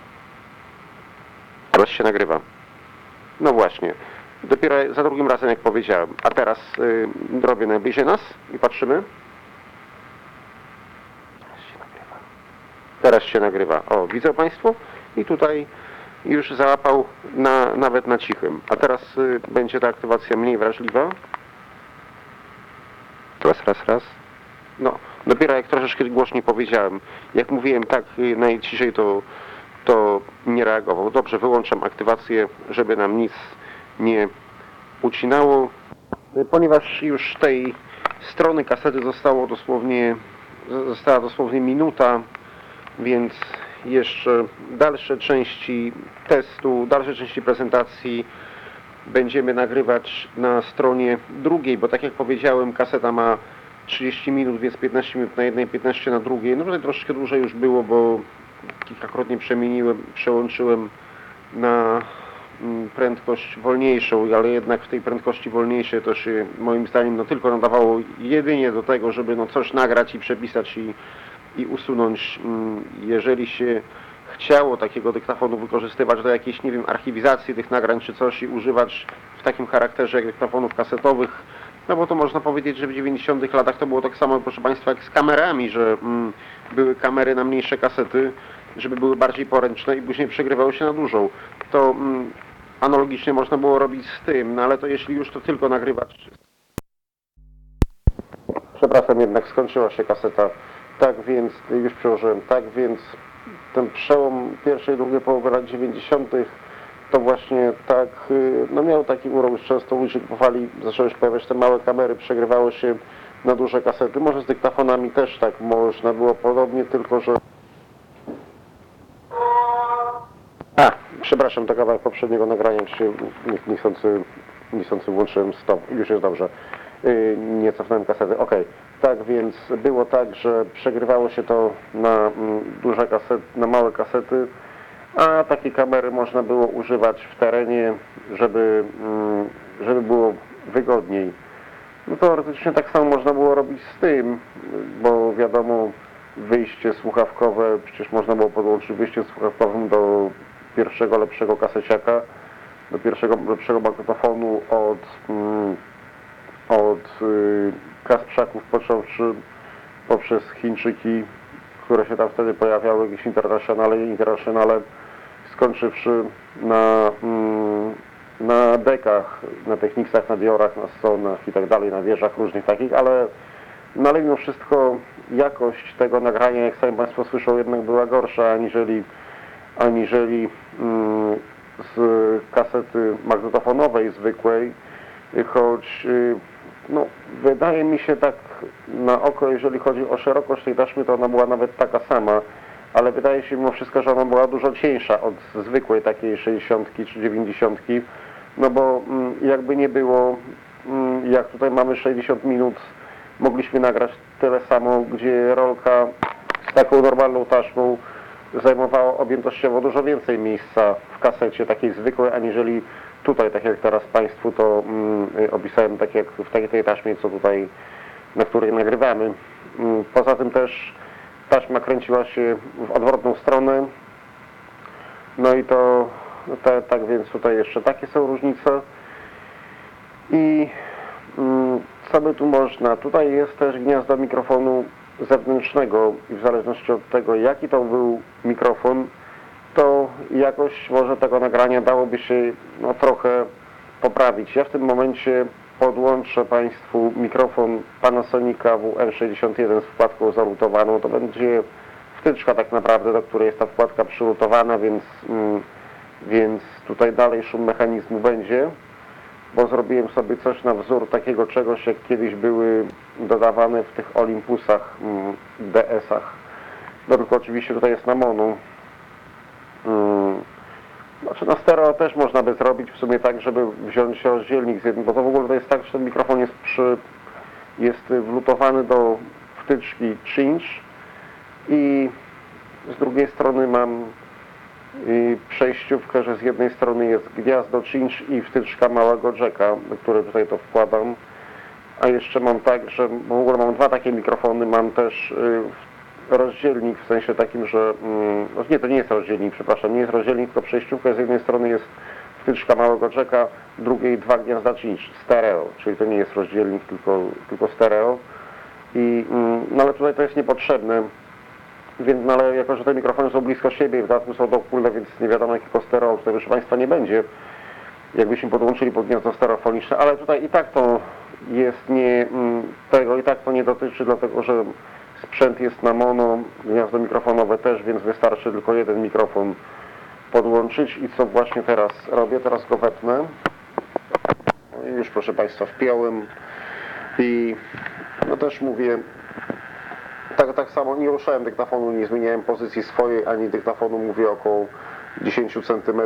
Teraz się nagrywa. No właśnie. Dopiero za drugim razem, jak powiedziałem. A teraz robię najbliżej nas i patrzymy. Teraz się nagrywa. O, widzą Państwo? I tutaj już załapał nawet na cichym. A teraz będzie ta aktywacja mniej wrażliwa. Raz. No, dopiero jak troszeczkę głośniej powiedziałem. Jak mówiłem tak najciszej, to nie reagował. Dobrze, wyłączam aktywację, żeby nam nic nie ucinało. Ponieważ już tej strony kasety została dosłownie minuta, więc jeszcze dalsze części testu, dalsze części prezentacji będziemy nagrywać na stronie drugiej, bo tak jak powiedziałem, kaseta ma 30 minut, więc 15 minut na jednej, 15 na drugiej. No tutaj troszeczkę dłużej już było, bo kilkakrotnie przełączyłem na prędkość wolniejszą, ale jednak w tej prędkości wolniejszej to się moim zdaniem tylko nadawało jedynie do tego, żeby coś nagrać i przepisać i usunąć. Jeżeli się chciało takiego dyktafonu wykorzystywać do jakiejś, nie wiem, archiwizacji tych nagrań czy coś i używać w takim charakterze jak dyktafonów kasetowych, no bo to można powiedzieć, że w 90-tych latach to było tak samo, proszę Państwa, jak z kamerami, że były kamery na mniejsze kasety, żeby były bardziej poręczne i później przegrywały się na dużą. To analogicznie można było robić z tym, no ale to jeśli już to tylko nagrywać. Przepraszam, jednak skończyła się kaseta. Tak więc, już przełożyłem, tak więc ten przełom pierwszej i drugiej połowy lat 90. to właśnie tak, no miał taki urok, już często ludzie kupowali, zaczęły się pojawiać te małe kamery, przegrywało się na duże kasety. Może z dyktafonami też tak można było podobnie, tylko że... Przepraszam, to kawałek poprzedniego nagrania, czy niechcący włączyłem stop, już jest dobrze. Nie cofnąłem kasety. Ok, tak więc było tak, że przegrywało się to na duże kasety, na małe kasety, a takie kamery można było używać w terenie, żeby było wygodniej. No teoretycznie tak samo można było robić z tym, bo wiadomo, wyjście słuchawkowe, przecież można było podłączyć wyjście słuchawkowym do pierwszego lepszego kaseciaka, do pierwszego lepszego magnetofonu od Kasprzaków, począwszy poprzez Chińczyki, które się tam wtedy pojawiały, jakieś internacjonale, skończywszy na dekach, na Technicsach, na Diorach, na Stonach i tak dalej, na wieżach różnych takich, ale mimo wszystko jakość tego nagrania, jak sami Państwo słyszą, jednak była gorsza aniżeli z kasety magnetofonowej zwykłej, choć no, wydaje mi się tak na oko, jeżeli chodzi o szerokość tej taśmy, to ona była nawet taka sama, ale wydaje się mimo wszystko, że ona była dużo cieńsza od zwykłej takiej 60 czy 90, no bo jakby nie było, jak tutaj mamy 60 minut, mogliśmy nagrać tyle samo, gdzie rolka z taką normalną taśmą zajmowała objętościowo dużo więcej miejsca w kasecie takiej zwykłej, aniżeli tutaj, tak jak teraz Państwu to opisałem, tak jak w tej taśmie, co tutaj, na której nagrywamy. Poza tym też taśma kręciła się w odwrotną stronę, no i to tak więc tutaj jeszcze takie są różnice. I co by tu można? Tutaj jest też gniazdo mikrofonu zewnętrznego i w zależności od tego, jaki to był mikrofon, to jakoś może tego nagrania dałoby się no, trochę poprawić. Ja w tym momencie podłączę Państwu mikrofon Panasonica WM61 z wkładką zarutowaną. To będzie wtyczka tak naprawdę, do której jest ta wkładka przyrutowana, więc tutaj dalej szum mechanizmu będzie, bo zrobiłem sobie coś na wzór takiego czegoś, jak kiedyś były dodawane w tych Olympusach DS-ach. No tylko oczywiście tutaj jest na mono. Znaczy na stereo też można by zrobić w sumie tak, żeby wziąć rozdzielnik z jednym, bo to w ogóle to jest tak, że ten mikrofon jest wlutowany do wtyczki cinch i z drugiej strony mam przejściówkę, że z jednej strony jest gniazdo cinch i wtyczka małego jacka, do której tutaj to wkładam, a jeszcze mam tak, że w ogóle mam dwa takie mikrofony, mam też rozdzielnik w sensie takim, że nie, to nie jest rozdzielnik, przepraszam, nie jest rozdzielnik, tylko przejściówka, z jednej strony jest wtyczka małego jacka, drugiej dwa gniazda cinch, stereo, czyli to nie jest rozdzielnik, tylko stereo. No ale tutaj to jest niepotrzebne, więc no, ale jako, że te mikrofony są blisko siebie i w dodatku są dopólne, więc nie wiadomo jakiego stereo tutaj proszę Państwa nie będzie, jakbyśmy podłączyli pod gniazdo stereofoniczne, ale tutaj i tak to jest tego i tak to nie dotyczy, dlatego że sprzęt jest na mono, gniazdo mikrofonowe też, więc wystarczy tylko jeden mikrofon podłączyć i co właśnie teraz robię, teraz go wepnę. No i już proszę Państwa wpiąłem i no też mówię, tak samo nie ruszałem dyktafonu, nie zmieniałem pozycji swojej, ani dyktafonu, mówię około 10 cm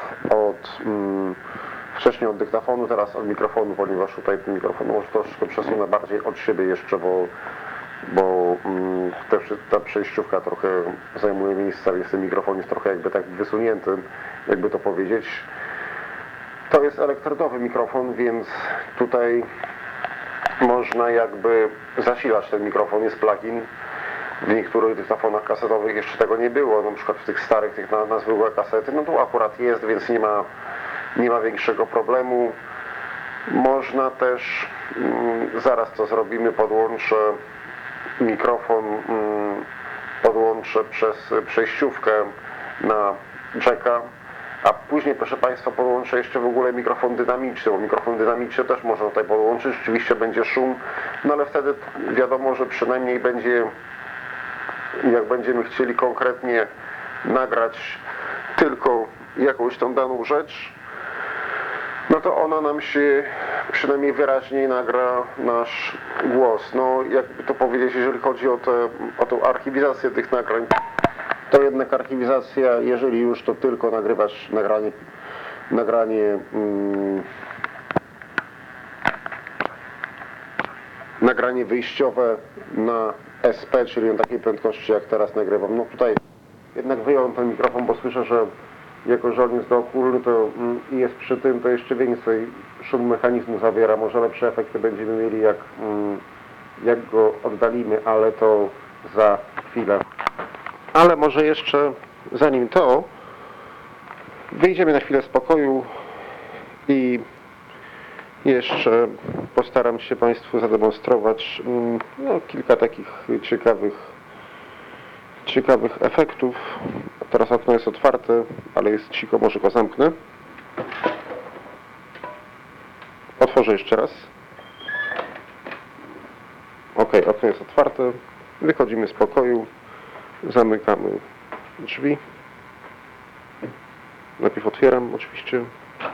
wcześniej od dyktafonu, teraz od mikrofonu, ponieważ tutaj ten mikrofon może troszkę przesunę bardziej od siebie jeszcze, bo ta przejściówka trochę zajmuje miejsce, więc ten mikrofon jest trochę jakby tak wysunięty, jakby to powiedzieć. To jest elektrodowy mikrofon, więc tutaj można jakby zasilać ten mikrofon, jest plugin. W niektórych dyktafonach kasetowych jeszcze tego nie było, na przykład w tych starych, tych na zwykłe kasety, no to akurat jest, więc nie ma większego problemu. Można też, zaraz to zrobimy, podłączę mikrofon, podłączę przez przejściówkę na jacka, a później proszę Państwa podłączę jeszcze w ogóle mikrofon dynamiczny, bo mikrofon dynamiczny też można tutaj podłączyć, rzeczywiście będzie szum, no ale wtedy wiadomo, że przynajmniej będzie, jak będziemy chcieli konkretnie nagrać tylko jakąś tą daną rzecz, no to ona nam się przynajmniej wyraźniej nagra nasz głos. No jakby to powiedzieć, jeżeli chodzi o tą archiwizację tych nagrań, to jednak archiwizacja, jeżeli już, to tylko nagrywać nagranie wyjściowe na SP, czyli na takiej prędkości jak teraz nagrywam. No tutaj jednak wyjąłem ten mikrofon, bo słyszę, że jako że on jest dookólny, to jest przy tym, to jeszcze więcej szum mechanizmu zawiera. Może lepsze efekty będziemy mieli, jak go oddalimy, ale to za chwilę. Ale może jeszcze zanim to, wyjdziemy na chwilę z pokoju i jeszcze postaram się Państwu zademonstrować kilka takich ciekawych efektów. Teraz okno jest otwarte, ale jest cicho, może go zamknę. Otworzę jeszcze raz. Ok, okno jest otwarte. Wychodzimy z pokoju. Zamykamy drzwi. Najpierw otwieram oczywiście.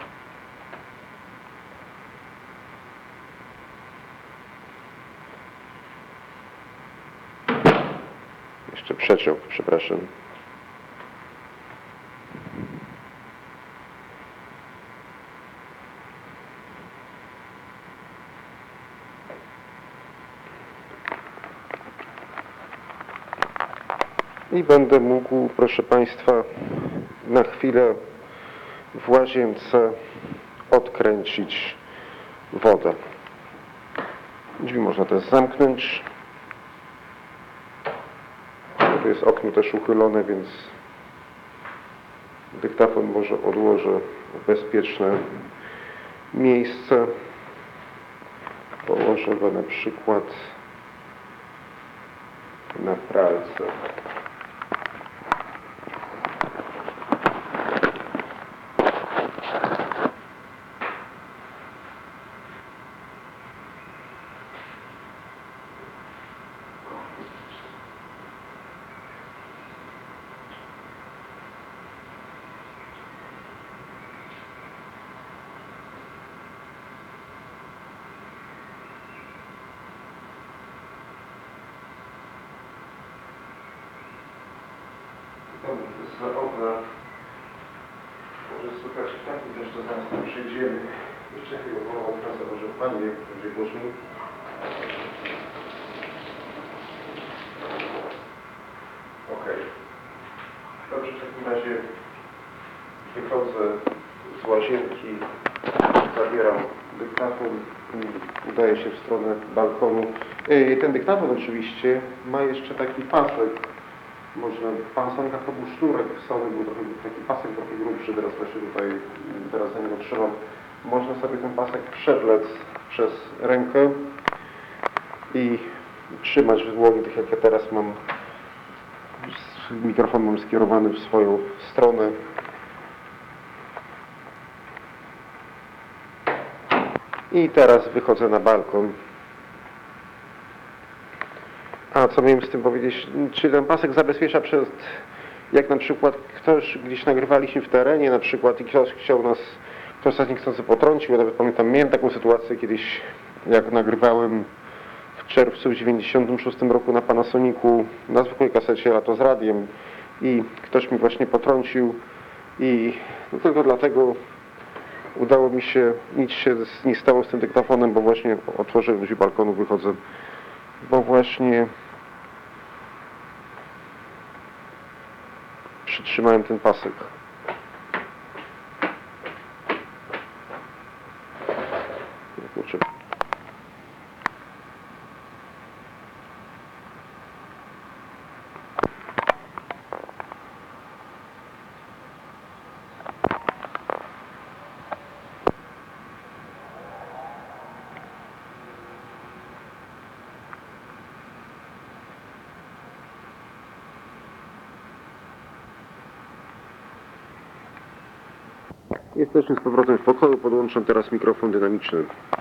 Jeszcze przeciąg, przepraszam. I będę mógł, proszę Państwa, na chwilę w łazience odkręcić wodę. Drzwi można też zamknąć. Tu jest okno też uchylone, więc dyktafon może odłożę w bezpieczne miejsce. Położę go na przykład na pralce. Za okna może słychać ptaki, też to zaraz tam przyjdziemy. Jeszcze chwilę wołam pracę, może Pani będzie głośniej. Ok. Dobrze, w takim razie wychodzę z łazienki, zabieram dyktafon i udaję się w stronę balkonu. Ten dyktafon oczywiście ma jeszcze taki pasek. Można, Panasonica to był sznurek, Sony był taki pasek trochę grubszy, teraz właśnie teraz za niego trzymam. Można sobie ten pasek przewlec przez rękę i trzymać w dłoni, tak jak ja teraz mam. Mikrofon mam skierowany w swoją stronę. I teraz wychodzę na balkon. A co miałem z tym powiedzieć? Czy ten pasek zabezpiecza przed, jak na przykład ktoś, gdzieś nagrywaliśmy w terenie na przykład i ktoś chciał nas, ktoś nas niechcący potrącił, ja nawet pamiętam, miałem taką sytuację kiedyś, jak nagrywałem w czerwcu w 96 roku na Panasonicu, na zwykłej kasecie, a to z radiem i ktoś mi właśnie potrącił i no tylko dlatego udało mi się, nic się nie stało z tym dyktafonem, bo właśnie otworzyłem drzwi balkonu, wychodzę, bo właśnie przytrzymałem ten pasek. Kurczę. Jesteśmy z powrotem w pokoju, podłączam teraz mikrofon dynamiczny.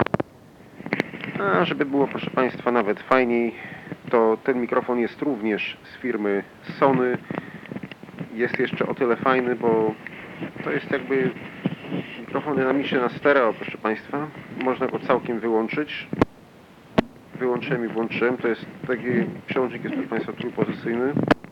A żeby było, proszę Państwa, nawet fajniej, to ten mikrofon jest również z firmy Sony. Jest jeszcze o tyle fajny, bo to jest jakby mikrofon dynamiczny na stereo, proszę Państwa. Można go całkiem wyłączyć. Wyłączyłem i włączyłem. To jest taki przełącznik, jest, proszę Państwa, trójpozycyjny.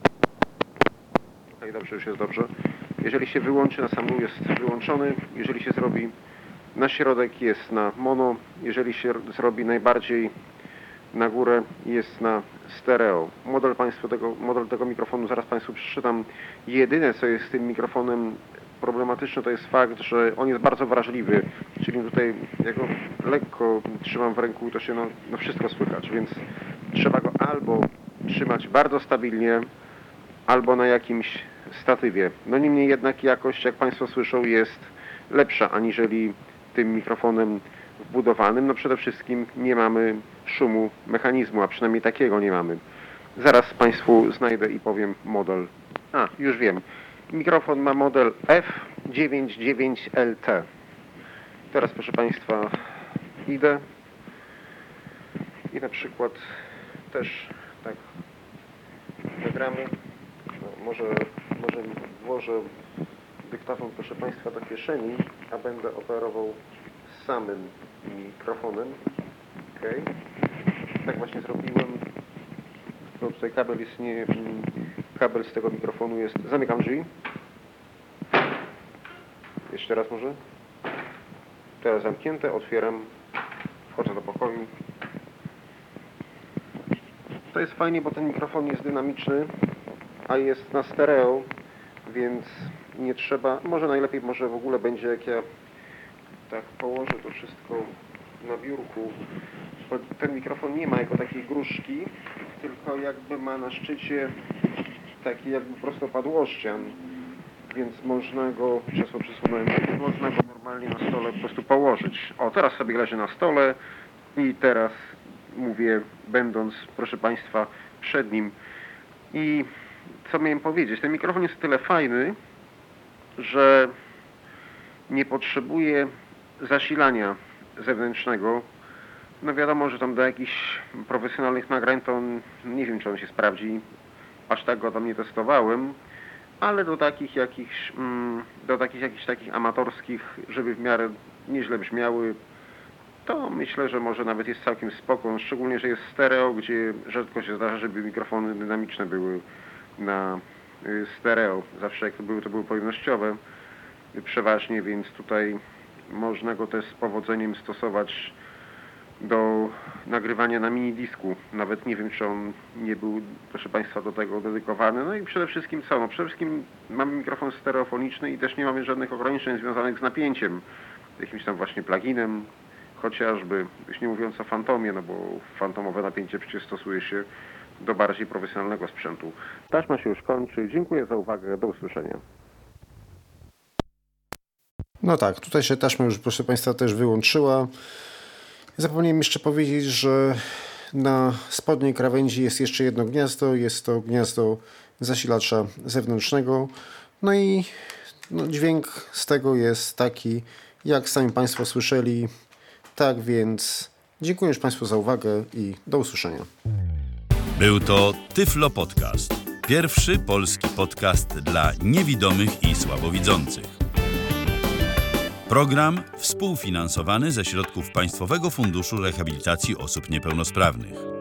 Ok, dobrze, już jest dobrze. Jeżeli się wyłączy na sam dół, jest wyłączony. Jeżeli się zrobi na środek, jest na mono. Jeżeli się zrobi najbardziej na górę, jest na stereo. Model tego mikrofonu zaraz Państwu przeczytam. Jedyne, co jest z tym mikrofonem problematyczne, to jest fakt, że on jest bardzo wrażliwy. Czyli tutaj, jak go lekko trzymam w ręku, to się no wszystko słychać. Więc trzeba go albo trzymać bardzo stabilnie, albo na jakimś statywie. No niemniej jednak jakość, jak Państwo słyszą, jest lepsza aniżeli tym mikrofonem wbudowanym. No przede wszystkim nie mamy szumu mechanizmu, a przynajmniej takiego nie mamy. Zaraz Państwu znajdę i powiem model. A, już wiem. Mikrofon ma model F99LT. Teraz, proszę Państwa, idę i na przykład też tak nagramy. No, może włożę dyktafon, proszę Państwa, do kieszeni, a będę operował samym mikrofonem. Okay. Tak właśnie zrobiłem. No tutaj kabel jest kabel z tego mikrofonu jest. Zamykam drzwi. Jeszcze raz może. Teraz zamknięte, otwieram. Wchodzę do pokoju. To jest fajnie, bo ten mikrofon jest dynamiczny, a jest na stereo, więc nie trzeba, może najlepiej, może w ogóle będzie, jak ja tak położę to wszystko na biurku, bo ten mikrofon nie ma jako takiej gruszki, tylko jakby ma na szczycie taki jakby prostopadłościan, więc można go, krzesło przesunąłem, można go normalnie na stole po prostu położyć. O, teraz sobie leży na stole i teraz mówię, będąc, proszę Państwa, przed nim. I co miałem powiedzieć? Ten mikrofon jest tyle fajny, że nie potrzebuje zasilania zewnętrznego. No wiadomo, że tam do jakichś profesjonalnych nagrań to nie wiem, czy on się sprawdzi. Aż tak go tam nie testowałem. Ale do takich jakichś takich amatorskich, żeby w miarę nieźle brzmiały, to myślę, że może nawet jest całkiem spoko, szczególnie, że jest stereo, gdzie rzadko się zdarza, żeby mikrofony dynamiczne były na stereo. Zawsze jak to były pojemnościowe przeważnie, więc tutaj można go też z powodzeniem stosować do nagrywania na minidisku. Nawet nie wiem, czy on nie był, proszę Państwa, do tego dedykowany. No i przede wszystkim co? No przede wszystkim mamy mikrofon stereofoniczny i też nie mamy żadnych ograniczeń związanych z napięciem. Jakimś tam właśnie pluginem, chociażby, już nie mówiąc o fantomie, no bo fantomowe napięcie przecież stosuje się do bardziej profesjonalnego sprzętu. Taśma się już kończy. Dziękuję za uwagę. Do usłyszenia. No tak, tutaj się taśma już, proszę Państwa, też wyłączyła. Zapomniałem jeszcze powiedzieć, że na spodniej krawędzi jest jeszcze jedno gniazdo. Jest to gniazdo zasilacza zewnętrznego. No i dźwięk z tego jest taki, jak sami Państwo słyszeli. Tak więc dziękuję już Państwu za uwagę i do usłyszenia. Był to Tyflo Podcast. Pierwszy polski podcast dla niewidomych i słabowidzących. Program współfinansowany ze środków Państwowego Funduszu Rehabilitacji Osób Niepełnosprawnych.